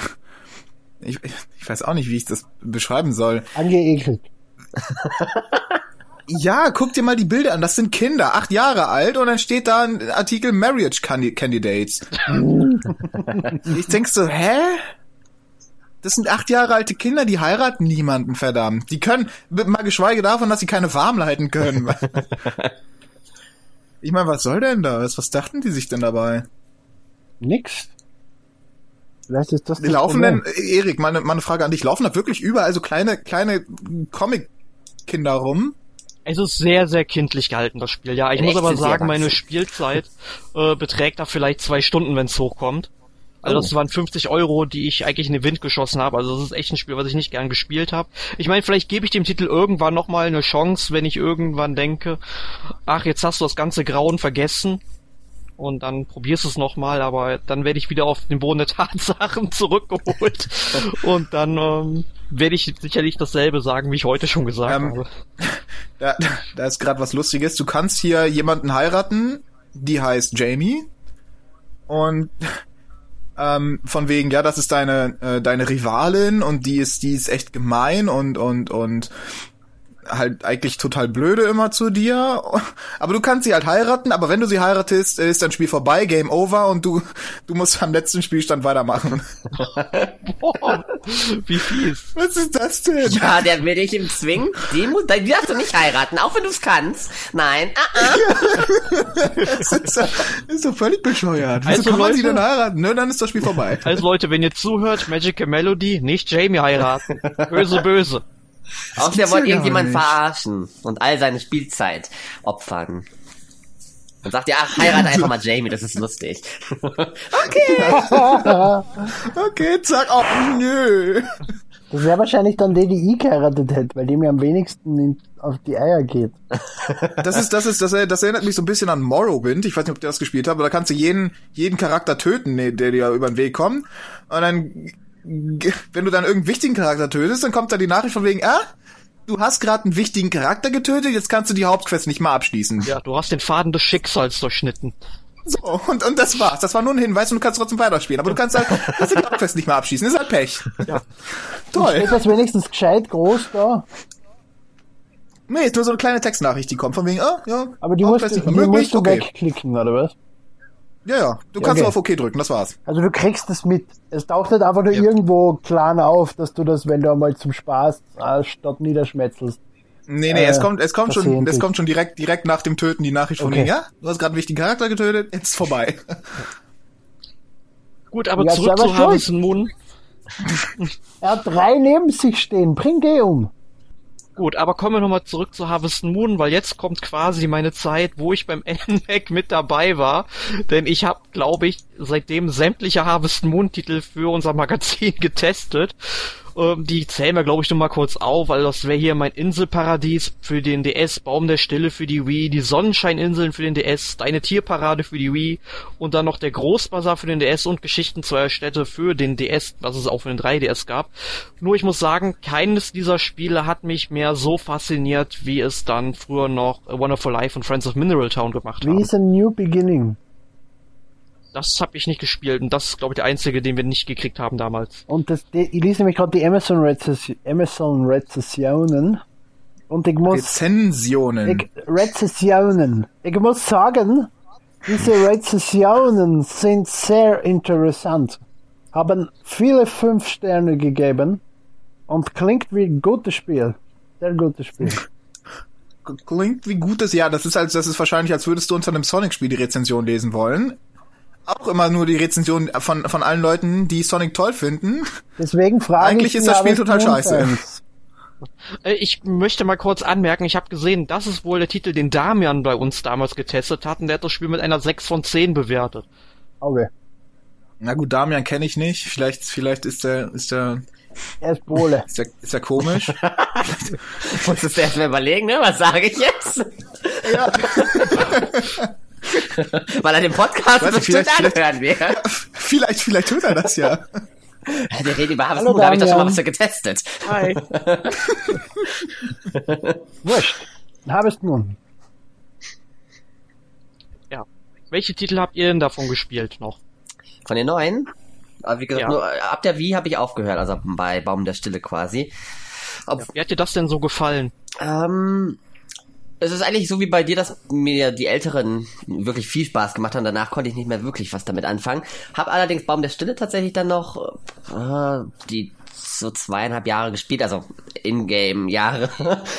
ich, ich weiß auch nicht, wie ich das beschreiben soll. Angeekelt. Ja, guck dir mal die Bilder an. Das sind Kinder, acht Jahre alt, und dann steht da ein Artikel Marriage Candidates. Ich denk so, hä? Das sind acht Jahre alte Kinder, die heiraten niemanden, verdammt. Die können, mal geschweige davon, dass sie keine Farm leiten können. Ich meine, was soll denn das? Was dachten die sich denn dabei? Nix. Vielleicht ist das Die das laufen Problem. denn, Erik, meine, meine Frage an dich, laufen da wirklich überall so kleine, kleine Comic-Kinder rum? Es ist sehr, sehr kindlich gehalten, das Spiel. Ja, ich In muss echt aber sind sie sagen, meine erwachsen. Spielzeit äh, beträgt da vielleicht zwei Stunden, wenn es hochkommt. Also Oh. das waren fünfzig Euro, die ich eigentlich in den Wind geschossen habe. Also das ist echt ein Spiel, was ich nicht gern gespielt habe. Ich meine, vielleicht gebe ich dem Titel irgendwann nochmal eine Chance, wenn ich irgendwann denke, ach, jetzt hast du das ganze Grauen vergessen. Und dann probierst du es nochmal, aber dann werde ich wieder auf den Boden der Tatsachen zurückgeholt. Und dann ähm, werde ich sicherlich dasselbe sagen, wie ich heute schon gesagt Ähm, habe. Da, da ist gerade was Lustiges. Du kannst hier jemanden heiraten, die heißt Jamie. Und ähm, von wegen, ja, das ist deine äh, deine Rivalin, und die ist die ist echt gemein und und und halt eigentlich total blöde immer zu dir. Aber du kannst sie halt heiraten, aber wenn du sie heiratest, ist dein Spiel vorbei, Game Over, und du du musst am letzten Spielstand weitermachen. Boah, wie fies. Was ist das denn? Ja, der will dich im Zwingen. Den muss, den darfst du nicht heiraten, auch wenn du es kannst. Nein, ah, ah. Das ist, doch- das ist doch völlig bescheuert. Wieso Also, kann man sie Leute- denn heiraten? Nö, dann ist das Spiel vorbei. Also Leute, wenn ihr zuhört, Magical Melody, nicht Jamie heiraten. Böse, böse. Auch der gibt's wollte ja gar irgendjemand nicht. verarschen und all seine Spielzeit opfern. Und sagt ja, ach, heirate einfach mal Jamie, das ist lustig. Okay. Okay, zack, oh, nö. Das wäre wahrscheinlich dann der, die ich geheiratet hätte, weil die mir am wenigsten in, auf die Eier geht. Das ist, das ist, das, das erinnert mich so ein bisschen an Morrowind. Ich weiß nicht, ob ihr das gespielt habt, aber da kannst du jeden, jeden Charakter töten, der dir über den Weg kommt. Und dann, wenn du dann irgendeinen wichtigen Charakter tötest, dann kommt da die Nachricht von wegen, ah, du hast gerade einen wichtigen Charakter getötet, jetzt kannst du die Hauptquest nicht mal abschließen. Ja, du hast den Faden des Schicksals durchschnitten. So, und, und das war's. Das war nur ein Hinweis, und du kannst trotzdem weiterspielen. Aber du kannst halt, kannst die Hauptquest nicht mal abschließen. Das ist halt Pech. Ja. Toll. Steht das wenigstens gescheit groß da? Nee, ist nur so eine kleine Textnachricht, die kommt von wegen, ah, ja. Aber die musst, Hauptquest du, nicht die mehr möglich, musst du okay. wegklicken, oder was? Ja, ja. Du Ja, kannst okay. nur auf OK drücken, das war's. Also du kriegst es mit. Es taucht nicht einfach nur Ja. irgendwo klar auf, dass du das, wenn du einmal zum Spaß äh, statt niederschmetzelst. Nee, nee, Äh, es kommt, es kommt schon, versehentlich. es kommt schon direkt, direkt nach dem Töten die Nachricht von Okay. wegen, ja, du hast gerade einen wichtigen Charakter getötet, jetzt ist vorbei. Gut, aber Ja, zurück selber zu schuld. Harvest Moon. Er hat drei neben sich stehen. Bring die um. Gut, aber kommen wir nochmal zurück zu Harvest Moon, weil jetzt kommt quasi meine Zeit, wo ich beim N M A C mit dabei war. Denn ich habe, glaube ich, seitdem sämtliche Harvest Moon-Titel für unser Magazin getestet. Ähm, die zählen wir, glaube ich, nur mal kurz auf, weil das wäre hier mein Inselparadies für den D S, Baum der Stille für die Wii, die Sonnenscheininseln für den D S, Deine Tierparade für die Wii und dann noch der Großbazar für den D S und Geschichten zweier Städte für den D S, was es auch für den drei D S gab. Nur ich muss sagen, keines dieser Spiele hat mich mehr so fasziniert, wie es dann früher noch A Wonderful Life und Friends of Mineral Town gemacht Wie haben. ist ein New Beginning? Das habe ich nicht gespielt und das ist, glaube ich, der einzige, den wir nicht gekriegt haben damals. Und das, die, ich lese nämlich gerade die Amazon Rezession, Amazon Rezessionen. Und ich muss, Rezensionen. ich, Rezessionen. Ich muss sagen, diese Rezessionen sind sehr interessant. Haben viele fünf Sterne gegeben und klingt wie ein gutes Spiel. Sehr gutes Spiel. Klingt wie gutes, ja, das ist als, das ist wahrscheinlich, als würdest du unter einem Sonic-Spiel die Rezension lesen wollen. Auch immer nur die Rezension von, von allen Leuten, die Sonic toll finden. Deswegen frage Eigentlich ich ist das Spiel Harvest total Moon scheiße. Fans. Äh, Ich möchte mal kurz anmerken, ich habe gesehen, das ist wohl der Titel, den Damian bei uns damals getestet hat und der hat das Spiel mit einer sechs von zehn bewertet. Okay. Na gut, Damian kenne ich nicht. Vielleicht, vielleicht ist der, ist der, Er ist Pole. ist der, ist der komisch. Ich muss es erst mal überlegen, ne? Was sage ich jetzt? Ja. Weil er den Podcast Weiß nicht, bestimmt vielleicht- anhören wird. Vielleicht, vielleicht tut er das ja. Ja, der redet über Harvest Hallo, Moon, da habe ich doch schon mal Damian. was getestet. Hi. Wurscht. Harvest Moon. Ja. Welche Titel habt ihr denn davon gespielt noch? Von den neuen? Aber wie gesagt, Ja. nur äh, ab der Wii habe ich aufgehört, also bei Baum der Stille quasi. Ob, Wie hat dir das denn so gefallen? ähm, Es ist eigentlich so wie bei dir, dass mir die Älteren wirklich viel Spaß gemacht haben. Danach konnte ich nicht mehr wirklich was damit anfangen. Hab allerdings Baum der Stille tatsächlich dann noch äh, die so zweieinhalb Jahre gespielt, also In-Game-Jahre.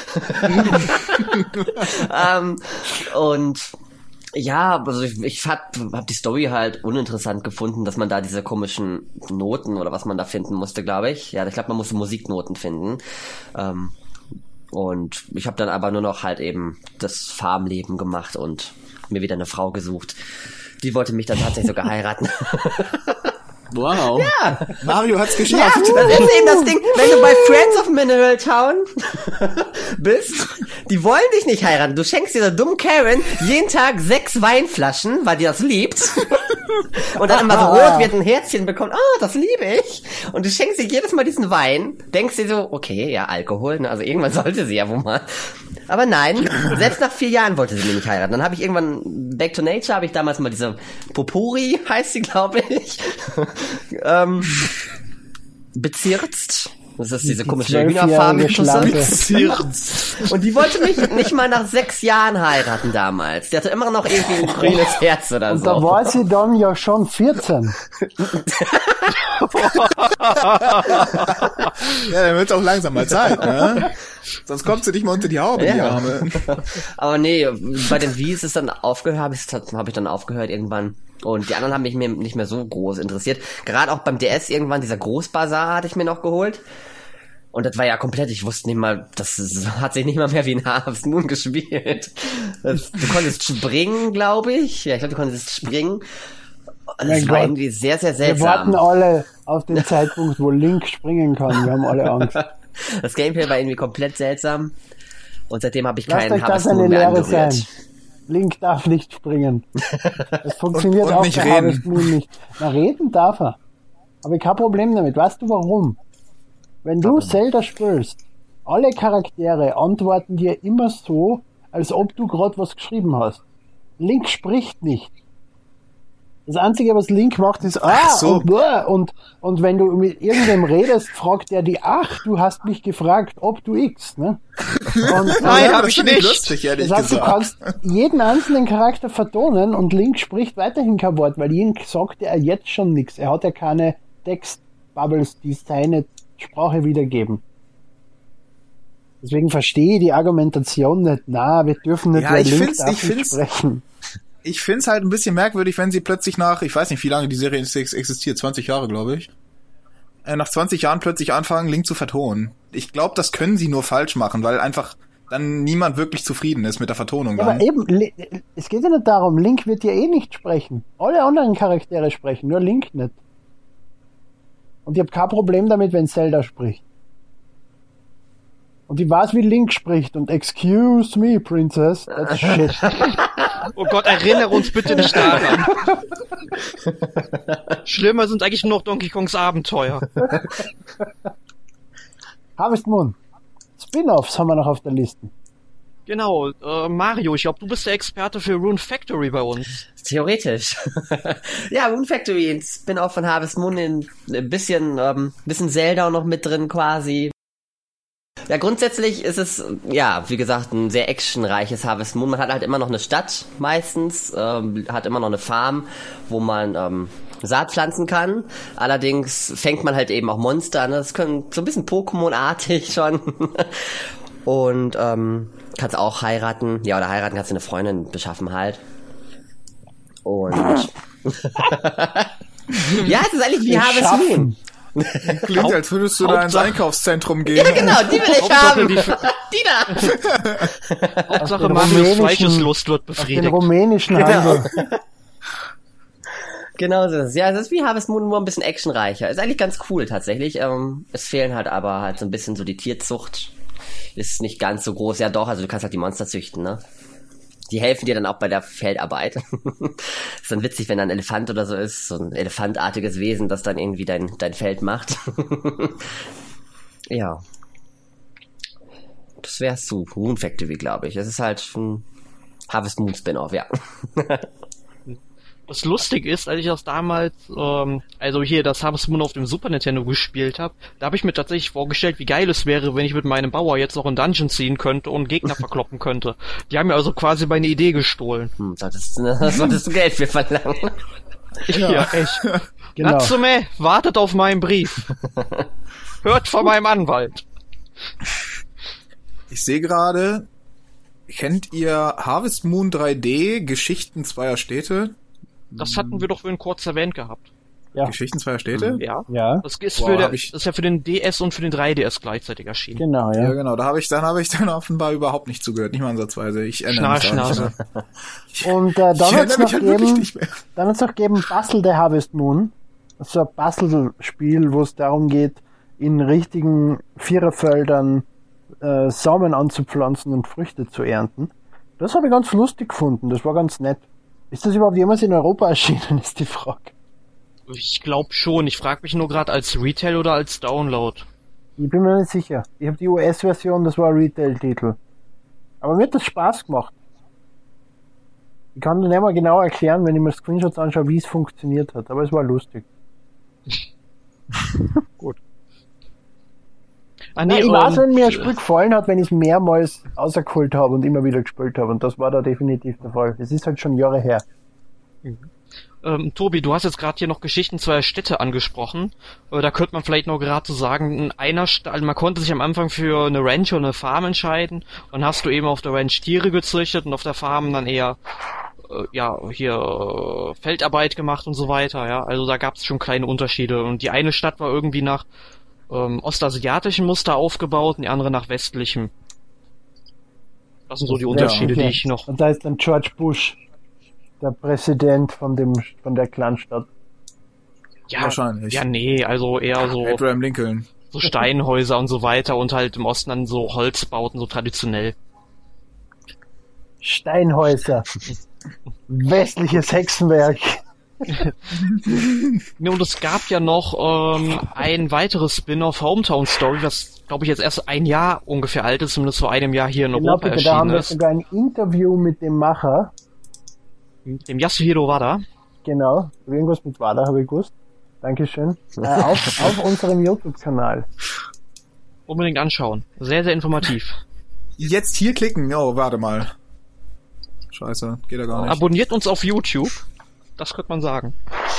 ähm, und ja, also ich, ich hab, hab die Story halt uninteressant gefunden, dass man da diese komischen Noten oder was man da finden musste, glaube ich. Ja, ich glaube, man musste Musiknoten finden. Ähm, und ich habe dann aber nur noch halt eben das Farmleben gemacht und mir wieder eine Frau gesucht. Die wollte mich dann tatsächlich sogar heiraten. Wow. Ja. Mario hat's Ja, geschafft. das ist eben das Ding, wenn du bei Friends of Mineral Town bist, die wollen dich nicht heiraten. Du schenkst dieser dummen Karen jeden Tag sechs Weinflaschen, weil die das liebt. Und dann immer so rot wird ein Herzchen bekommen. Ah, das liebe ich. Und du schenkst ihr jedes Mal diesen Wein, denkst dir so, okay, ja, Alkohol, ne? Also irgendwann sollte sie ja wohl mal. Aber nein, selbst nach vier Jahren wollte sie mich nicht heiraten. Dann habe ich irgendwann Back to Nature, habe ich damals mal diese Popuri, heißt sie, glaube ich, ähm, bezirzt. Das ist diese Die komische Hühnerfarbe. zwölfjährige Und die wollte mich nicht mal nach sechs Jahren heiraten damals. Die hatte immer noch irgendwie ein grünes Herz oder Und so. da war sie dann ja schon vierzehn. Ja, dann wird's auch langsam mal Zeit, ne? Sonst kommt sie nicht mal unter die Haube, die Ja. Arme. Aber nee, bei den Wies ist dann aufgehört, habe ich, hab ich dann aufgehört irgendwann. Und die anderen haben mich mir nicht mehr so groß interessiert. Gerade auch beim D S irgendwann, dieser Großbazar hatte ich mir noch geholt. Und das war ja komplett, ich wusste nicht mal, das hat sich nicht mal mehr wie ein Harvest Moon gespielt. Das, du konntest springen, glaube ich. Ja, ich glaube, du konntest springen. Das Mein war Gott. irgendwie sehr, sehr Wir warten seltsam. alle auf den Zeitpunkt, wo Link springen kann. Wir haben alle Angst. Das Gameplay war irgendwie komplett seltsam. Und seitdem habe ich Lasst keinen euch das Harvest eine Moon mehr Lehre angerührt. sein. Link darf nicht springen. Das funktioniert Und- und auch nicht bei reden. Harvest Moon nicht. Na, reden darf er. Aber ich kein Problem damit. Weißt du warum? Wenn du Zelda spielst, alle Charaktere antworten dir immer so, als ob du gerade was geschrieben hast. Link spricht nicht. Das Einzige, was Link macht, ist ah Ach so. und, bläh. und und wenn du mit irgendwem redest, fragt er die, ach, du hast mich gefragt, ob du X, ne? Und, Nein, und, hab das ich finde nicht. lustig, ehrlich das heißt, du gesagt. kannst jeden einzelnen Charakter vertonen und Link spricht weiterhin kein Wort, weil Link sagt er jetzt schon nichts. Er hat ja keine Textbubbles, die seine Sprache wiedergeben. Deswegen verstehe ich die Argumentation nicht. Na, wir dürfen nicht, Ja, weil ich Link find's- darf ich nicht find's- sprechen. Ich find's halt ein bisschen merkwürdig, wenn sie plötzlich nach, ich weiß nicht, wie lange die Serie ex- existiert, zwanzig Jahre, glaube ich, äh, nach zwanzig Jahren plötzlich anfangen, Link zu vertonen. Ich glaube, das können sie nur falsch machen, weil einfach dann niemand wirklich zufrieden ist mit der Vertonung. Ja, Dann. aber eben, Li- es geht ja nicht darum, Link wird ja eh nicht sprechen. Alle anderen Charaktere sprechen, nur Link nicht. Und ich habe kein Problem damit, wenn Zelda spricht. Und ich weiß, wie Link spricht und excuse me, Princess, that's shit. Oh Gott, erinnere uns bitte nicht daran. Schlimmer sind eigentlich nur noch Donkey Kongs Abenteuer. Harvest Moon. Spin-offs haben wir noch auf der Liste. Genau, äh, Mario, ich glaube, du bist der Experte für Rune Factory bei uns. Theoretisch. Ja, Moon Factory, ein Spin-off von Harvest Moon, in ein bisschen, ähm, bisschen Zelda noch mit drin quasi. Ja, grundsätzlich ist es, ja, wie gesagt, ein sehr actionreiches Harvest Moon. Man hat halt immer noch eine Stadt meistens, ähm, hat immer noch eine Farm, wo man ähm, Saat pflanzen kann. Allerdings fängt man halt eben auch Monster an. Das können so ein bisschen Pokémon-artig schon. Und ähm, kannst auch heiraten. Ja, oder heiraten kannst du eine Freundin beschaffen halt. Und ja, es ist eigentlich wie Harvest Beschaffen. Moon. Klingt, als würdest du da ins Hauptsache- Einkaufszentrum gehen. Ja, genau, die will ich Hauptsache haben. die- Die da. Hauptsache den Marios rumänischen- Fleischeslust wird Auf den befriedigt. rumänischen Genau. Handel. Genau so ist es. Ja, es ist wie Harvest Moon, nur ein bisschen actionreicher. Ist eigentlich ganz cool tatsächlich. Ähm, es fehlen halt aber halt so ein bisschen so die Tierzucht. Ist nicht ganz so groß. Ja doch, also du kannst halt die Monster züchten, ne? Die helfen dir dann auch bei der Feldarbeit. Ist dann witzig, wenn da ein Elefant oder so ist. So ein elefantartiges Wesen, das dann irgendwie dein, dein Feld macht. Ja. Das wär's zu Rune Factory, glaube ich. Es ist halt ein Harvest Moon Spin-off, ja. Das lustig ist, als ich das damals, ähm, also hier das Harvest Moon auf dem Super Nintendo gespielt habe, da habe ich mir tatsächlich vorgestellt, wie geil es wäre, wenn ich mit meinem Bauer jetzt noch in Dungeon ziehen könnte und Gegner verkloppen könnte. Die haben mir also quasi meine Idee gestohlen. Hm, solltest, ne, solltest du Geld für verlangen. Ja, ja echt. Genau. Natsume, wartet auf meinen Brief. Hört von meinem Anwalt. Ich sehe gerade, kennt ihr Harvest Moon drei D, Geschichten zweier Städte? Das hatten wir doch vorhin kurz erwähnt gehabt. Ja. Geschichten zweier Städte? Ja. Ja, Das ist, Boah, für der, hab ich- das ist ja für den D S und für den drei D S gleichzeitig erschienen. genau, Ja, ja. genau, da habe ich, dann habe ich dann offenbar überhaupt nicht zugehört, nicht mal ansatzweise. Ich erinnere mich auch nicht Schnarchnase. mehr. Und äh, Ich dann hat's erinnere mich noch halt wirklich gegeben, nicht mehr. dann hat's noch gegeben Bastel the Harvest Moon. Das ist so ein Bastelspiel, wo es darum geht, in richtigen Viererfeldern äh, Samen anzupflanzen und Früchte zu ernten. Das habe ich ganz lustig gefunden, das war ganz nett. Ist das überhaupt jemals in Europa erschienen, ist die Frage. Ich glaube schon. Ich frage mich nur gerade als Retail oder als Download. Ich bin mir nicht sicher. Ich habe die U S-Version, das war ein Retail-Titel. Aber mir hat das Spaß gemacht. Ich kann dir nicht mal genau erklären, wenn ich mir Screenshots anschaue, wie es funktioniert hat, aber es war lustig. Gut. Ah, Ja, ich und, weiß, wenn mir ein äh, Spiel gefallen hat, wenn ich es mehrmals auserkult habe und immer wieder gespielt habe. Und das war da definitiv der Fall. Es ist halt schon Jahre her. Ähm, Tobi, du hast jetzt gerade hier noch Geschichten zweier Städte angesprochen. Äh, da könnte man vielleicht noch gerade so sagen, in einer Stadt, also man konnte sich am Anfang für eine Ranch oder eine Farm entscheiden. Und hast du eben auf der Ranch Tiere gezüchtet und auf der Farm dann eher äh, ja hier äh, Feldarbeit gemacht und so weiter. Ja, also da gab es schon kleine Unterschiede. Und die eine Stadt war irgendwie nach ähm, ostasiatischem Muster aufgebaut und die andere nach westlichem. Das sind so die Unterschiede, okay. die ich noch. Und da ist dann George Bush, der Präsident von dem von der Kleinstadt. Ja, Wahrscheinlich. ja, nee, also eher so. Abraham Lincoln. so Steinhäuser und so weiter und halt im Osten dann so Holzbauten, so traditionell. Steinhäuser. Westliches Hexenwerk. Ne, und es gab ja noch ähm, ein weiteres Spin-off, Hometown Story, was glaube ich jetzt erst ein Jahr ungefähr alt ist, zumindest vor einem Jahr hier in Genau, Europa bitte, da haben erschienen wir ist. sogar ein Interview mit dem Macher. Dem Yasuhiro Wada. Genau, irgendwas mit Wada habe ich gewusst. Dankeschön. Äh, auf, auf unserem YouTube-Kanal. Unbedingt anschauen. Sehr, sehr informativ. Jetzt hier klicken. Oh, warte mal. Scheiße, geht ja gar nicht. Abonniert uns auf YouTube. Das könnte man sagen.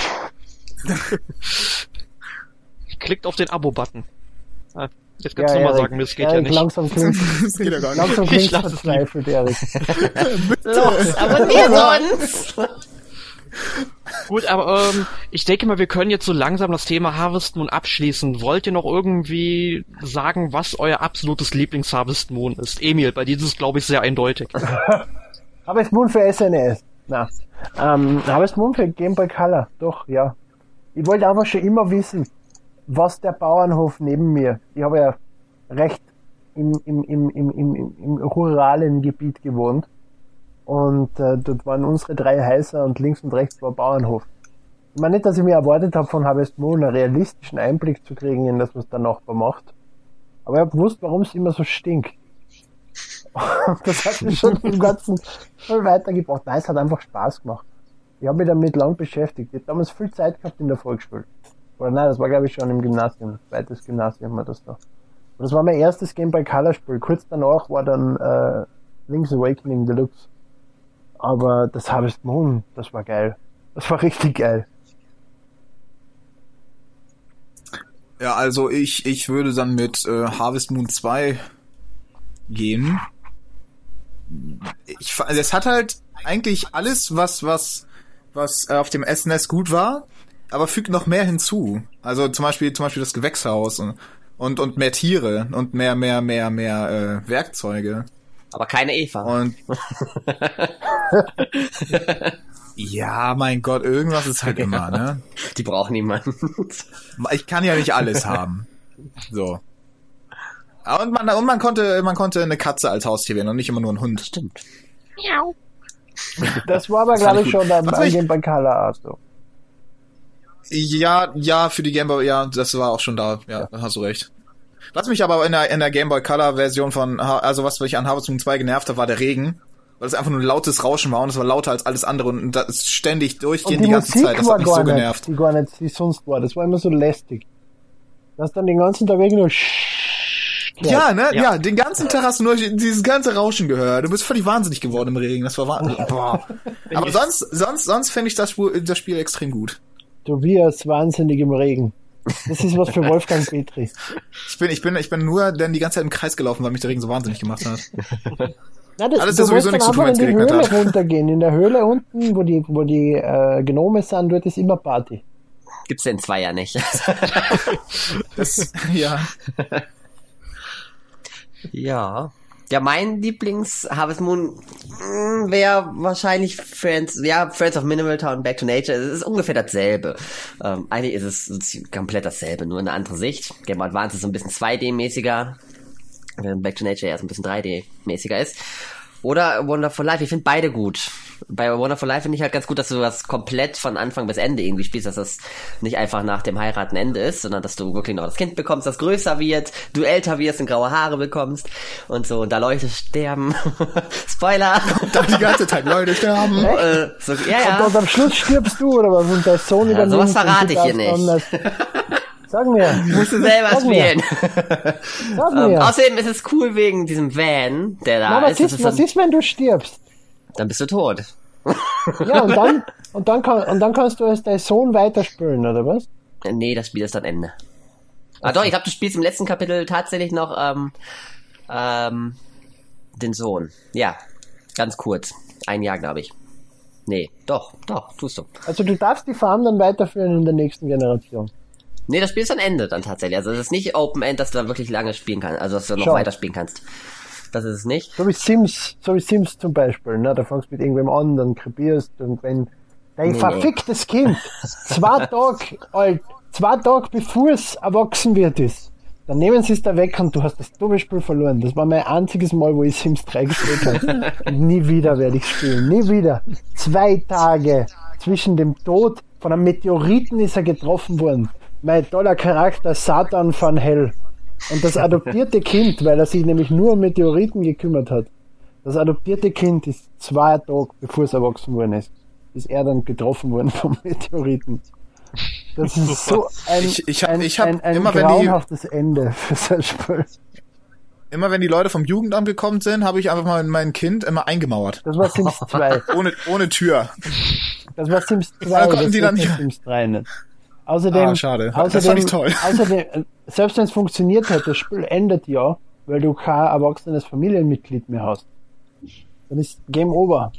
Klickt auf den Abo-Button. Ah, jetzt kannst du nochmal Erik, sagen, das geht Erik, ja nicht. Langsam klingt, Das geht ja gar nicht. langsam Ich klingt lass es verzweifelt, Erik. Los, abonniert uns! Gut, aber ähm, ich denke mal, wir können jetzt so langsam das Thema Harvest Moon abschließen. Wollt ihr noch irgendwie sagen, was euer absolutes Lieblings-Harvest Moon ist? Emil, bei dir ist es, glaube ich, sehr eindeutig. Harvest Moon für S N E S. Na. Ähm, Harvest Moon für Game Boy Color. Doch, ja. Ich wollte einfach schon immer wissen, was der Bauernhof neben mir. Ich habe ja recht im, im, im, im, im, im ruralen Gebiet gewohnt. Und äh, dort waren unsere drei Häuser und links und rechts war Bauernhof. Ich meine nicht, dass ich mir erwartet habe, von Harvest Moon einen realistischen Einblick zu kriegen in das, was der Nachbar macht. Aber ich habe gewusst, warum es immer so stinkt. Das hat mich schon im Ganzen voll weitergebracht. Nein, es hat einfach Spaß gemacht. Ich habe mich damit lang beschäftigt. Ich habe damals viel Zeit gehabt in der Volksschule. Oder nein, das war glaube ich schon im Gymnasium. Zweites Gymnasium war das da. Und das war mein erstes Game Boy Color Spiel. Kurz danach war dann äh, Link's Awakening Deluxe. Aber das Harvest Moon, das war geil. Das war richtig geil. Ja, also ich, ich würde dann mit äh, Harvest Moon zwei gehen. Ich, also es hat halt eigentlich alles, was, was, was äh, auf dem S N E S gut war, aber fügt noch mehr hinzu. Also zum Beispiel, zum Beispiel das Gewächshaus und, und, und mehr Tiere und mehr, mehr, mehr, mehr äh, Werkzeuge. Aber keine Eva. Und ja, mein Gott, irgendwas ist halt immer, ne? Die braucht niemand. Ich kann ja nicht alles haben. So. Und man, und man konnte, man konnte eine Katze als Haustier wählen und nicht immer nur ein Hund. Stimmt. Das war aber Das fand glaube ich ich gut. schon beim Was soll ich- Game Boy Color Art so. Ja, ja, für die Game Boy, ja, das war auch schon da. Ja, da hast du recht. Was mich aber in der, in der Game Boy Color Version von, Ha- also was mich an Harvest Moon zwei genervt hat, war der Regen. weil es einfach nur ein lautes Rauschen war und es war lauter als alles andere und das ist ständig durchgehend die, die ganze Musik Zeit. Das war hat mich gar so nicht, genervt. Die gar nicht, die sonst war. Das war immer so lästig. Du hast dann den ganzen Tag irgendwie nur Ja, ne? Ja. Ja. den ganzen Tag hast du nur dieses ganze Rauschen gehört. Du bist völlig wahnsinnig geworden im Regen. Das war wahnsinnig. Boah. Aber sonst, sonst, sonst finde ich das Spiel, das Spiel extrem gut. Tobias wahnsinnig im Regen. Das ist was für Wolfgang Petri. Ich bin, ich bin, ich bin nur dann die ganze Zeit im Kreis gelaufen, weil mich der Regen so wahnsinnig gemacht hat. Na, das, Alles du ist sowieso musst nichts dann zu tun, einfach in die wenn's geregnet Höhle hat. runtergehen. In der Höhle unten, wo die, wo die äh, Gnome sind, dort ist immer Party. Gibt's denn zwei ja nicht. Das, ja. Ja. Ja, mein Lieblings-Harvest Moon wäre wahrscheinlich Friends, ja, Friends of Minimal Town, Back to Nature. Es ist ungefähr dasselbe. Ähm, eigentlich ist es so komplett dasselbe, nur eine andere Sicht. Game Boy Advance ist so ein bisschen zwei D-mäßiger, während Back to Nature erst ein bisschen drei D-mäßiger ist. Oder Wonderful Life, ich finde beide gut. Bei Wonderful Life finde ich halt ganz gut, dass du das komplett von Anfang bis Ende irgendwie spielst, dass das nicht einfach nach dem Heiraten Ende ist, sondern dass du wirklich noch das Kind bekommst, das größer wird, du älter wirst und graue Haare bekommst und so, und da Leute sterben. Spoiler! Da die ganze Zeit Leute sterben. äh, so, ja, Und, und ja. am Schluss stirbst du, oder was? Und der Sohn Ja, übernimmt. sowas und verrate du ich hier darfst nicht. dann das- Sag mir. Musst du selber Sag mir. spielen. Sag ähm, mir. außerdem ist es cool wegen diesem Van, der da Na, was ist. Das ist, ist was dann, ist, wenn du stirbst? dann bist du tot. Ja, und dann, und dann, kann, und dann kannst du als dein Sohn weiterspielen, oder was? Nee, das Spiel ist dann Ende. Ah doch, ich glaube, du spielst im letzten Kapitel tatsächlich noch ähm, ähm, den Sohn. Ja, ganz kurz. Ein Jahr, glaube ich. Nee, doch, doch, tust du. Also du darfst die Farm dann weiterführen in der nächsten Generation. Nee, das Spiel ist dann Ende dann tatsächlich. Also es ist nicht Open End, dass du da wirklich lange spielen kannst. Also dass du noch Schau. weiterspielen kannst. Das ist es nicht. So wie Sims, so wie Sims zum Beispiel, ne? Da fängst du mit irgendwem an, dann krepierst und wenn dein Nee, verficktes Kind zwei Tage alt, zwei Tage bevor es erwachsen wird ist, dann nehmen sie es da weg und du hast das dumme Spiel verloren. Das war mein einziges Mal, wo ich Sims drei gespielt habe. Und nie wieder werde ich spielen. Nie wieder. Zwei Tage zwischen dem Tod von einem Meteoriten ist er getroffen worden. Mein toller Charakter Satan van Hell. Und das adoptierte Kind, weil er sich nämlich nur um Meteoriten gekümmert hat, das adoptierte Kind ist zwei Tage, bevor es erwachsen worden ist, ist er dann getroffen worden vom Meteoriten. Das ist so ein, Ich- ich hab- ein, ich hab ein, ein immer, wenn die- grauenhaftes Ende für sein Spiel. Immer wenn die Leute vom Jugendamt gekommen sind, habe ich einfach mal mein Kind immer eingemauert. Das war Sims zwei. Ohne, ohne Tür. Das war Sims Da zwei, konnten das die ist dann nicht nicht- Sims drei nicht. Außerdem, Ah, schade. Das außerdem, fand ich toll. Außerdem, äh, selbst wenn es funktioniert hätte, das Spiel endet ja, weil du kein erwachsenes Familienmitglied mehr hast. Dann ist Game Over.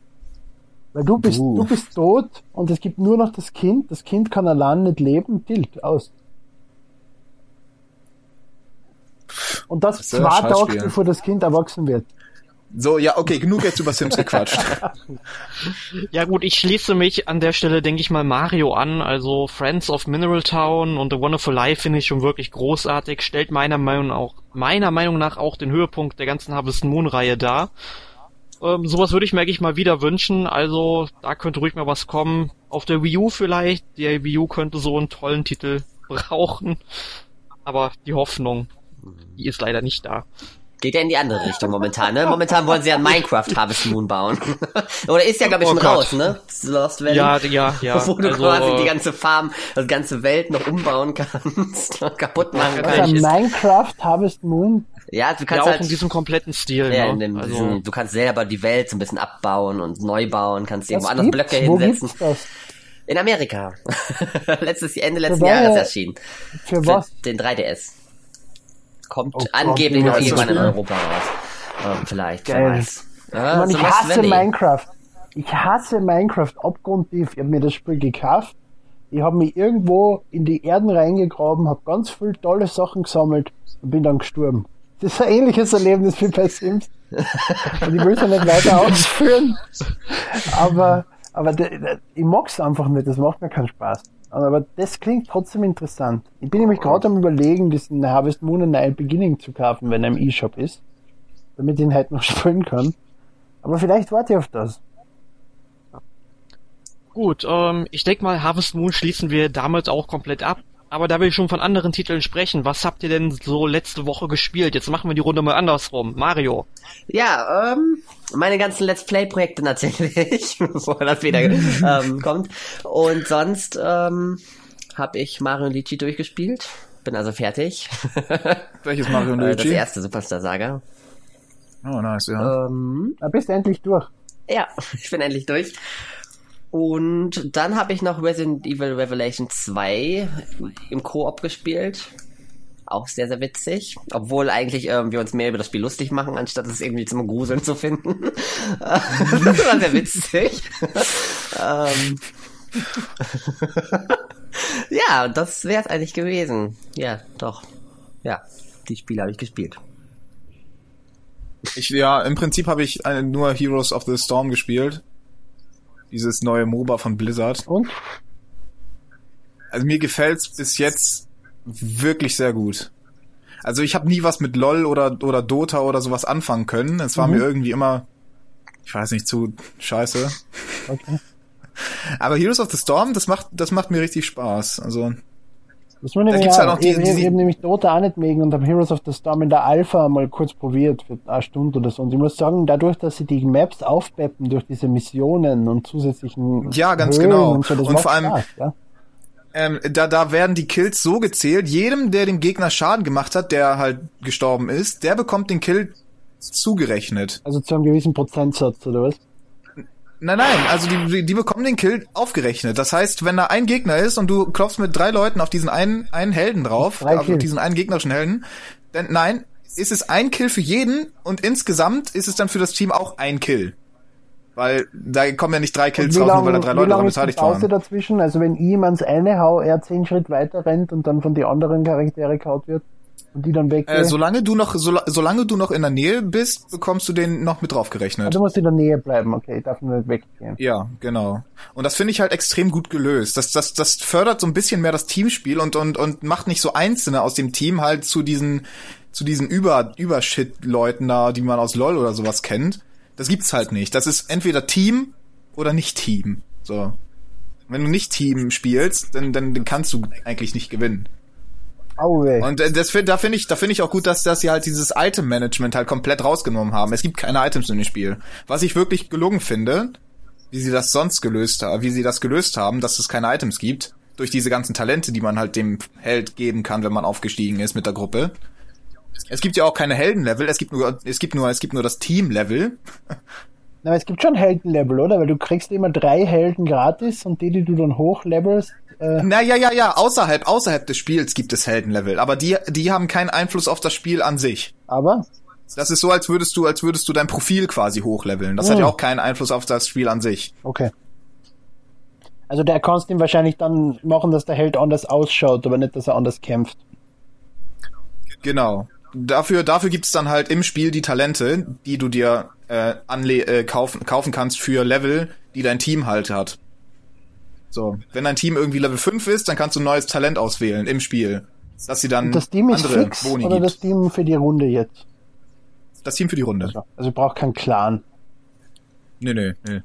Weil du bist, Uh. du bist tot und es gibt nur noch das Kind. Das Kind kann allein nicht leben. Tilt aus. Und das ist ja zwei ein Tage Scheißspiel. bevor das Kind erwachsen wird. So, ja, okay, genug jetzt über Sims gequatscht. Ja gut, ich schließe mich an der Stelle, denke ich mal, Mario an. Also Friends of Mineral Town und The Wonderful Life finde ich schon wirklich großartig. Stellt meiner Meinung auch, meiner Meinung nach auch den Höhepunkt der ganzen Harvest Moon Reihe dar. Ähm, sowas würde ich mir eigentlich mal wieder wünschen. Also da könnte ruhig mal was kommen. Auf der Wii U vielleicht. Die Wii U könnte so einen tollen Titel brauchen. Aber die Hoffnung, die ist leider nicht da. Geht ja in die andere Richtung momentan, ne? Momentan wollen sie ja Minecraft Harvest Moon bauen. Oder ist ja, glaube ich, Oh schon Gott. raus, ne? Lost Valley. Ja, ja, ja. Wo du Also, quasi die äh, ganze Farm, die ganze Welt noch umbauen kannst, kaputt machen Ja, Also kannst. ist- Minecraft Harvest Moon. Ja, du ja, kannst auch halt, in diesem kompletten Stil. ja, ne? in dem, also, diesen, du kannst selber die Welt so ein bisschen abbauen und neu bauen, kannst irgendwo Was anders gibt's? Blöcke Wo hinsetzen. gibt's das? In Amerika. Letztes, Ende letzten Wobei, Jahres erschienen. Für Für was? den drei D S. Kommt Oh Gott, angeblich wie noch heißt irgendwann das in Spiel? Europa raus. Ähm, vielleicht, wer Geil. weiß. Ich, Ja, meine, so ich Lost hasse Valley. Minecraft. Ich hasse Minecraft abgrundtief. Ich habe mir das Spiel gekauft. Ich habe mich irgendwo in die Erden reingegraben, habe ganz viele tolle Sachen gesammelt und bin dann gestorben. Das ist ein ähnliches Erlebnis wie bei Sims. Und ich will es ja nicht weiter ausführen. Aber, aber de, de, ich mag es einfach nicht. Das macht mir keinen Spaß. Aber das klingt trotzdem interessant. Ich bin nämlich gerade am Überlegen, diesen Harvest Moon and Nile Beginning zu kaufen, wenn er im E-Shop ist. Damit ich ihn halt noch spielen kann. Aber vielleicht warte ich auf das. Gut, ähm, ich denke mal, Harvest Moon schließen wir damit auch komplett ab. Aber da will ich schon von anderen Titeln sprechen. Was habt ihr denn so letzte Woche gespielt? Jetzt machen wir die Runde mal andersrum. Mario. Ja, ähm, meine ganzen Let's Play-Projekte natürlich, bevor das wieder ähm, kommt. Und sonst ähm, habe ich Mario und Luigi durchgespielt. Bin also fertig. Welches Mario und Luigi? Das erste Superstar Saga. Oh, nice, ja. Ähm, Da bist du endlich durch. ja, ich bin endlich durch. Und dann habe ich noch Resident Evil Revelation zwei im Koop gespielt. Auch sehr, sehr witzig. Obwohl eigentlich ähm, wir uns mehr über das Spiel lustig machen, anstatt es irgendwie zum Gruseln zu finden. Das war sehr witzig. ähm. Ja, das wäre es eigentlich gewesen. Ja, doch. Ja, die Spiele habe ich gespielt. Ich, ja, im Prinzip habe ich äh, nur Heroes of the Storm gespielt. Dieses neue MOBA von Blizzard. Und? Also mir gefällt's bis jetzt wirklich sehr gut. Also ich habe nie was mit LOL oder oder Dota oder sowas anfangen können. Es war Mhm. mir irgendwie immer, ich weiß nicht, zu scheiße. Okay. Aber Heroes of the Storm, das macht das macht mir richtig Spaß. Also Das muss ich Da ja, gibt's halt auch die- ich, ich, die- ich habe nämlich Dota auch nicht mögen und habe Heroes of the Storm in der Alpha mal kurz probiert für eine Stunde oder so. Und ich muss sagen, dadurch, dass sie die Maps aufpeppen durch diese Missionen und zusätzlichen Ja, ganz Höhlen genau. und so, das Und macht vor allem- Spaß, ja? ähm, da da werden die Kills so gezählt. Jedem, der dem Gegner Schaden gemacht hat, der halt gestorben ist, der bekommt den Kill zugerechnet. Also zu einem gewissen Prozentsatz, oder was? Nein, nein, also die, die bekommen den Kill aufgerechnet. Das heißt, wenn da ein Gegner ist und du klopfst mit drei Leuten auf diesen einen, einen Helden drauf, Drei auf Kills. diesen einen gegnerischen Helden, dann nein, ist es ein Kill für jeden und insgesamt ist es dann für das Team auch ein Kill. Weil da kommen ja nicht drei Kills raus, nur weil da drei Leute daran beteiligt Pause waren. dazwischen? Also wenn ich ihm ans eine hau, er zehn Schritt weiter rennt und dann von den anderen Charaktere gehaut wird und die dann weggehen. Äh, solange du noch, so, solange du noch in der Nähe bist, bekommst du den noch mit draufgerechnet. Also musst du in der Nähe bleiben, okay, ich darf nur nicht weggehen. Ja, genau. Und das finde ich halt extrem gut gelöst. Das, das, das fördert so ein bisschen mehr das Teamspiel und, und, und macht nicht so Einzelne aus dem Team halt zu diesen, zu diesen Über, Übershit-Leuten da, die man aus LoL oder sowas kennt. Das gibt's halt nicht. Das ist entweder Team oder nicht Team. So. Wenn du nicht Team spielst, dann, dann, dann kannst du eigentlich nicht gewinnen. Auwe. Und äh, das find, da finde ich, da finde ich auch gut, dass, dass sie halt dieses Item-Management halt komplett rausgenommen haben. Es gibt keine Items in dem Spiel. Was ich wirklich gelungen finde, wie sie das sonst gelöst haben, wie sie das gelöst haben, dass es keine Items gibt, durch diese ganzen Talente, die man halt dem Held geben kann, wenn man aufgestiegen ist mit der Gruppe. Es gibt ja auch keine Heldenlevel, es gibt nur, es gibt nur, es gibt nur das Team-Level. Na, aber es gibt schon Heldenlevel, oder? Weil du kriegst immer drei Helden gratis und die, die du dann hochlevelst, äh, Na ja, ja, ja, außerhalb, außerhalb des Spiels gibt es Heldenlevel, aber die, die haben keinen Einfluss auf das Spiel an sich. aber Das ist so, als würdest du, als würdest du dein Profil quasi hochleveln. Das Hm. hat ja auch keinen Einfluss auf das Spiel an sich. okay. Also der kannst ihm wahrscheinlich dann machen, dass der Held anders ausschaut, aber nicht, dass er anders kämpft. Genau. Dafür, dafür gibt's dann halt im Spiel die Talente, die du dir äh, anle äh, kaufen, kaufen kannst für Level, die dein Team halt hat. So, wenn dein Team irgendwie Level fünf ist, dann kannst du ein neues Talent auswählen im Spiel, dass sie dann Und das Team ist andere fix Boni oder gibt. das Team für die Runde jetzt? Das Team für die Runde. Also, also ich brauche keinen Clan. Nee, nee, nee.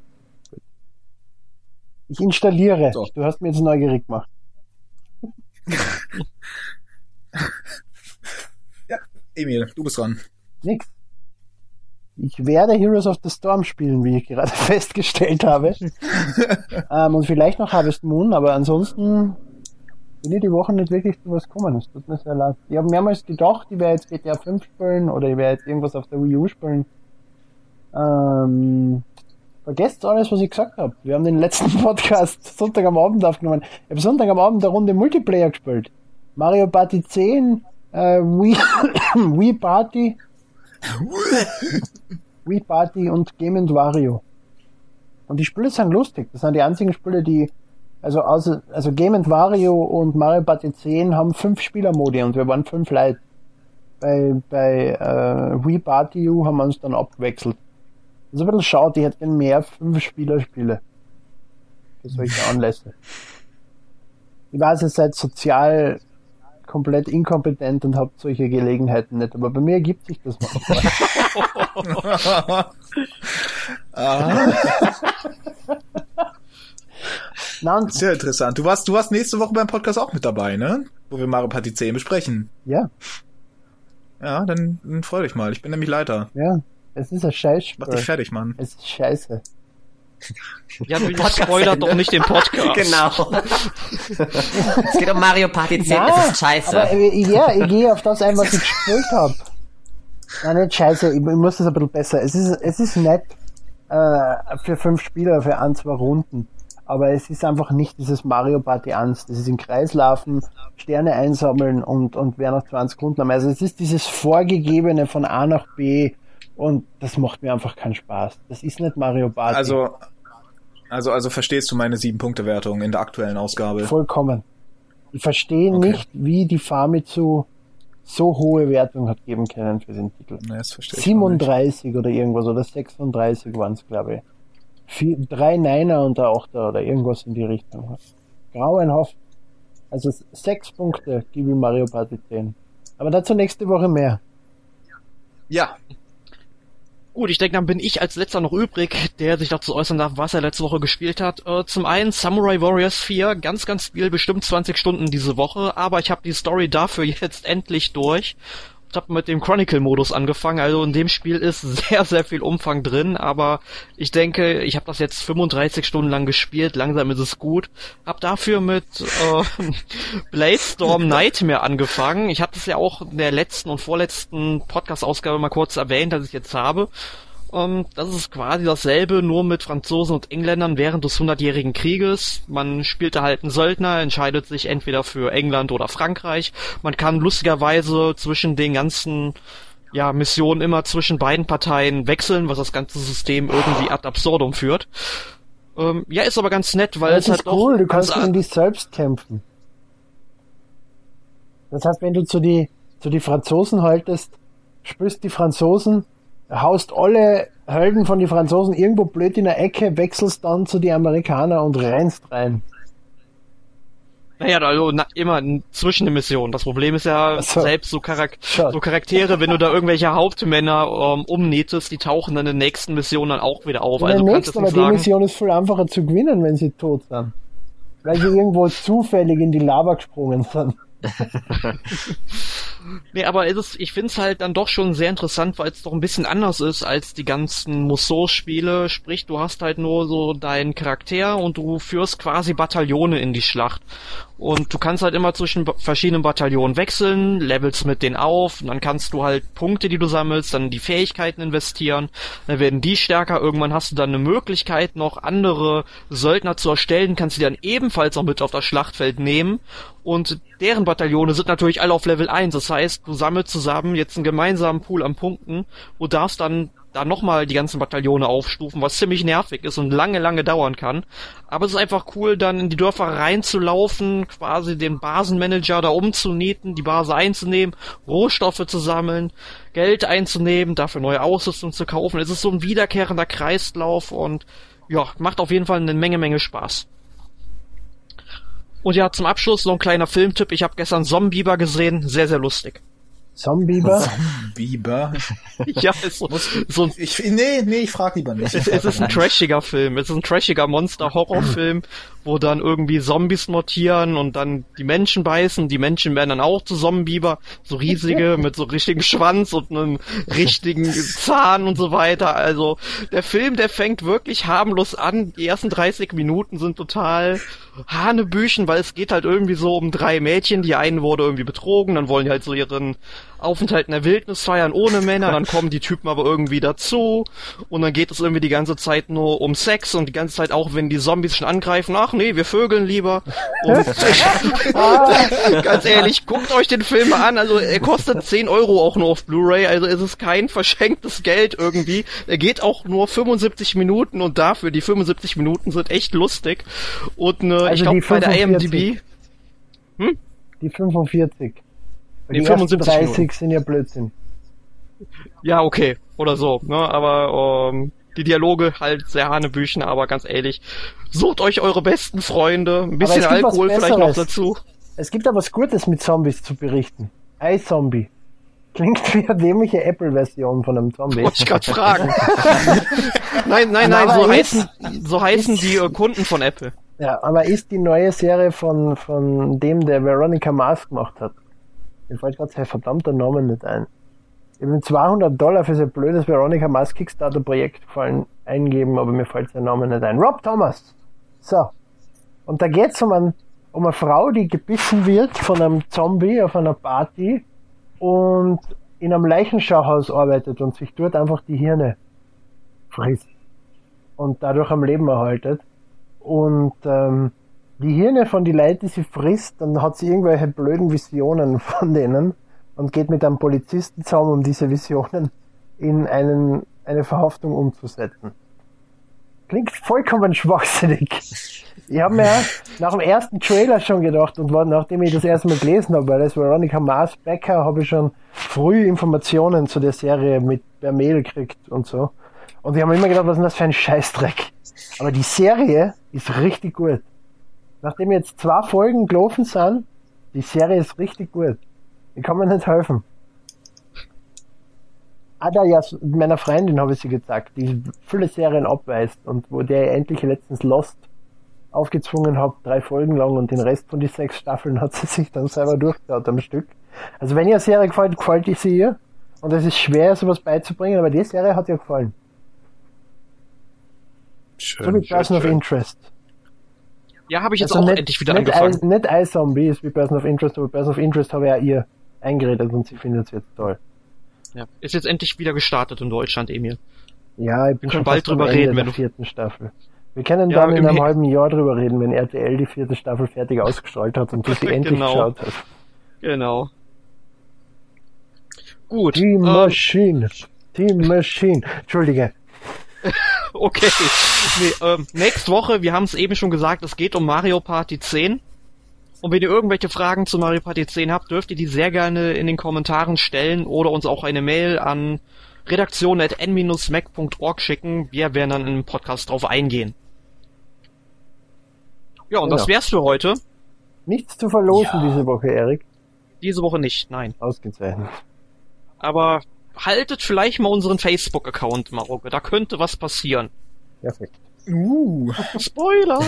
Ich installiere. So. Du hast mir jetzt neugierig gemacht. Emil, du bist dran. Nix. Ich werde Heroes of the Storm spielen, wie ich gerade festgestellt habe. ähm, und vielleicht noch Harvest Moon, aber ansonsten bin ich die Woche nicht wirklich zu was gekommen. Es tut mir sehr leid. Ich habe mehrmals gedacht, ich werde jetzt G T A fünf spielen oder ich werde jetzt irgendwas auf der Wii U spielen. Ähm, vergesst alles, was ich gesagt habe. Wir haben den letzten Podcast Sonntag am Abend aufgenommen. Ich habe Sonntag am Abend eine Runde Multiplayer gespielt. Mario Party zehn, äh, Wii, Wii Party, Wii Party und Game and Wario. Und die Spiele sind lustig. Das sind die einzigen Spiele, die, also außer, also Game and Wario und Mario Party zehn haben fünf Spielermodi und wir waren fünf Leute. Bei, bei äh, Wii Party U haben wir uns dann abgewechselt. Das ist ein bisschen schade, ich hätte gerne mehr fünf Spieler-Spiele. Für solche Anlässe. Ich weiß, ihr seid sozial komplett inkompetent und habt solche Gelegenheiten nicht, aber bei mir ergibt sich das manchmal. Nein, Sehr interessant. Du warst, du warst nächste Woche beim Podcast auch mit dabei, ne? Wo wir Mario Party zehn besprechen. ja, Ja, dann, dann freu dich mal. Ich bin nämlich Leiter. ja. Es ist ein Scheißspiel. Mach dich fertig, Mann. Es ist scheiße. Ja, du spoilert doch nicht den Podcast. Genau. Es geht um Mario Party zehn, Ja, es ist scheiße. Aber äh, ja, ich gehe auf das ein, was ich gespielt habe. Nein, nicht scheiße, ich, ich muss das ein bisschen besser. Es ist, es ist nett äh, für fünf Spieler, für ein, zwei Runden. Aber es ist einfach nicht dieses Mario Party eins. Das ist im Kreis laufen, Sterne einsammeln und, und wer noch zwanzig Runden haben. Also es ist dieses Vorgegebene von A nach B und das macht mir einfach keinen Spaß. Das ist nicht Mario Party. Also, also, also verstehst du meine sieben-Punkte-Wertung in der aktuellen Ausgabe? Vollkommen. Ich verstehe Okay. nicht, wie die Famitsu so hohe Wertung hat geben können für den Titel. Nee, das verstehe ich auch siebenunddreißig oder irgendwas, oder sechsunddreißig waren es, glaube ich. Vier, drei Niner und der Achter oder irgendwas in die Richtung. Grauenhaft. Also sechs Punkte gebe ich Mario Party zehn. Aber dazu nächste Woche mehr. nicht. Ja, Gut, ich denke, dann bin ich als letzter noch übrig, der sich dazu äußern darf, was er letzte Woche gespielt hat. Äh, zum einen Samurai Warriors vier, ganz, ganz viel, bestimmt zwanzig Stunden diese Woche, aber ich habe die Story dafür jetzt endlich durch. Ich habe mit dem Chronicle-Modus angefangen, also in dem Spiel ist sehr, sehr viel Umfang drin, aber ich denke, ich habe das jetzt fünfunddreißig Stunden lang gespielt, langsam ist es gut. Hab dafür mit äh, Bladestorm Nightmare angefangen. Ich habe das ja auch in der letzten und vorletzten Podcast-Ausgabe mal kurz erwähnt, dass ich jetzt habe. Um, das ist quasi dasselbe, nur mit Franzosen und Engländern während des hundertjährigen Krieges. Man spielt da halt einen Söldner, entscheidet sich entweder für England oder Frankreich. Man kann lustigerweise zwischen den ganzen ja, Missionen immer zwischen beiden Parteien wechseln, was das ganze System irgendwie ad absurdum führt. Um, ja, ist aber ganz nett, weil Das es halt ist cool, doch du kannst ganz gegen dich selbst kämpfen. Das heißt, wenn du zu die, zu die Franzosen haltest, spürst die Franzosen, haust alle Helden von die Franzosen irgendwo blöd in der Ecke, wechselst dann zu die Amerikaner und rennst rein. Naja, also na, immer zwischen den Missionen. Das Problem ist ja, so. selbst so, Charak Schade. so Charaktere, wenn du da irgendwelche Hauptmänner ähm, umnietest, die tauchen dann in der nächsten Mission dann auch wieder auf. In Also der du kannst nächsten, es aber nicht die sagen. Mission ist viel einfacher zu gewinnen, wenn sie tot sind. Weil sie irgendwo zufällig in die Lava gesprungen sind. Nee, aber es ist, ich find's halt dann doch schon sehr interessant, weil es doch ein bisschen anders ist als die ganzen Musou-Spiele. Sprich, du hast halt nur so deinen Charakter und du führst quasi Bataillone in die Schlacht. Und du kannst halt immer zwischen ba- verschiedenen Bataillonen wechseln, levelst mit denen auf, und dann kannst du halt Punkte, die du sammelst, dann die Fähigkeiten investieren, dann werden die stärker, irgendwann hast du dann eine Möglichkeit, noch andere Söldner zu erstellen, kannst die dann ebenfalls noch mit auf das Schlachtfeld nehmen, und deren Bataillone sind natürlich alle auf Level eins, das heißt, du sammelst zusammen jetzt einen gemeinsamen Pool an Punkten und darfst dann da nochmal die ganzen Bataillone aufstufen, was ziemlich nervig ist und lange, lange dauern kann. Aber es ist einfach cool, dann in die Dörfer reinzulaufen, quasi den Basenmanager da umzunieten, die Base einzunehmen, Rohstoffe zu sammeln, Geld einzunehmen, dafür neue Ausrüstung zu kaufen. Es ist so ein wiederkehrender Kreislauf und ja, macht auf jeden Fall eine Menge, Menge Spaß. Und ja, zum Abschluss noch ein kleiner Filmtipp. Ich habe gestern Zombieber gesehen, sehr, sehr lustig. Zombieber? Biber. Ja, ist so, so ein Ich, nee, nee, ich frag lieber nicht. Es, es ist ein trashiger Film. Es ist ein trashiger Monster-Horrorfilm, wo dann irgendwie Zombies mutieren und dann die Menschen beißen. Die Menschen werden dann auch zu Zombieber, so riesige mit so richtigen Schwanz und einem richtigen Zahn und so weiter. Also der Film, der fängt wirklich harmlos an. Die ersten dreißig Minuten sind total Hanebüchen, weil es geht halt irgendwie so um drei Mädchen. Die einen wurde irgendwie betrogen, dann wollen die halt so ihren Aufenthalt in der Wildnis feiern ohne Männer, dann kommen die Typen aber irgendwie dazu und dann geht es irgendwie die ganze Zeit nur um Sex und die ganze Zeit auch, wenn die Zombies schon angreifen, ach nee, wir vögeln lieber. Und ganz ehrlich, guckt euch den Film mal an, also er kostet zehn Euro auch nur auf Blu-ray, also es ist kein verschenktes Geld irgendwie. Er geht auch nur fünfundsiebzig Minuten und dafür, die fünfundsiebzig Minuten sind echt lustig und ne, Also ich glaube die bei der I M D fünfundvierzig. B hm? Die fünfundvierzig. Nee, Die fünfundsiebzig ersten dreißig sind ja Blödsinn. Ja, okay, oder so, ne, aber ähm, die Dialoge halt sehr hanebüchen, aber ganz ehrlich, sucht euch eure besten Freunde, ein bisschen es gibt was Alkohol vielleicht noch Besseres. dazu. Es gibt aber was Gutes mit Zombies zu berichten. iZombie. Klingt wie eine dämliche Apple-Version von einem Zombie. Wollte ich gerade fragen. nein, nein, nein, Aber so ist- heißen, so heißen die äh, Kunden von Apple. Ja, aber ist die neue Serie von, von dem, der Veronica Mars gemacht hat. Mir fällt gerade sein verdammter Name nicht ein. Ich habe zweihundert Dollar für sein blödes Veronica Mars Kickstarter-Projekt gefallen eingeben, aber mir fällt sein Name nicht ein. Rob Thomas! So. Und da geht's um, ein, um eine Frau, die gebissen wird von einem Zombie auf einer Party und in einem Leichenschauhaus arbeitet und sich dort einfach die Hirne frisst und dadurch am Leben erhaltet. Und ähm, die Hirne von die Leute, die sie frisst, dann hat sie irgendwelche blöden Visionen von denen und geht mit einem Polizisten zusammen, um diese Visionen in einen, eine Verhaftung umzusetzen. Klingt vollkommen schwachsinnig. Ich habe mir nach dem ersten Trailer schon gedacht und nachdem ich das erste Mal gelesen habe, weil das Veronica Mars Becker, habe ich schon früh Informationen zu der Serie mit per Mail gekriegt und so. Und ich habe mir immer gedacht, was ist denn das für ein Scheißdreck? Aber die Serie ist richtig gut. Nachdem jetzt zwei Folgen gelaufen sind, die Serie ist richtig gut. Ich kann mir nicht helfen. Ada, ja, meiner Freundin habe ich sie gezeigt, die viele Serien abweist und wo der endlich letztens Lost aufgezwungen habe, drei Folgen lang und den Rest von die sechs Staffeln hat sie sich dann selber durchgeschaut am Stück. Also wenn ihr eine Serie gefällt, gefällt ich sie ihr. Und es ist schwer, sowas beizubringen, aber die Serie hat ihr gefallen. Schön, so wie schön, Person of schön. Interest. Ja, habe ich jetzt Also auch nicht, endlich wieder nicht angefangen. I, nicht iZombies wie Person of Interest, aber Person of Interest habe ich ja ihr eingeredet und sie findet es jetzt toll. Ja. Ist jetzt endlich wieder gestartet in Deutschland, Emil. Ja, ich bin Können schon bald fast am drüber Ende reden, der wenn du- vierten Staffel. Wir können Ja, dann in im einem He- halben Jahr drüber reden, wenn R T L die vierte Staffel fertig ausgestrahlt hat und du sie endlich Genau. geschaut hast. Genau. Gut. Die ähm, Maschine. Die Maschine. Entschuldige. Okay. Nee, ähm, nächste Woche, wir haben es eben schon gesagt, es geht um Mario Party zehn. Und wenn ihr irgendwelche Fragen zu Mario Party zehn habt, dürft ihr die sehr gerne in den Kommentaren stellen oder uns auch eine Mail an redaktion at n dash mac punkt org schicken. Wir werden dann im Podcast drauf eingehen. Ja, und Genau. das wär's für heute. Nichts zu verlosen Ja. diese Woche, Erik. Diese Woche nicht, nein. Ausgezeichnet. Aber haltet vielleicht mal unseren Facebook-Account im Auge. Da könnte was passieren. Perfekt. Uh. Spoiler!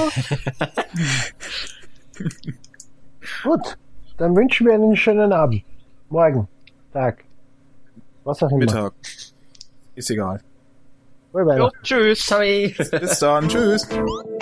Gut. Dann wünschen wir einen schönen Abend. Morgen. Tag. Was auch immer. Mittag. Ist egal. Bye bye. Jo, tschüss! Sorry. Bis dann. Tschüss.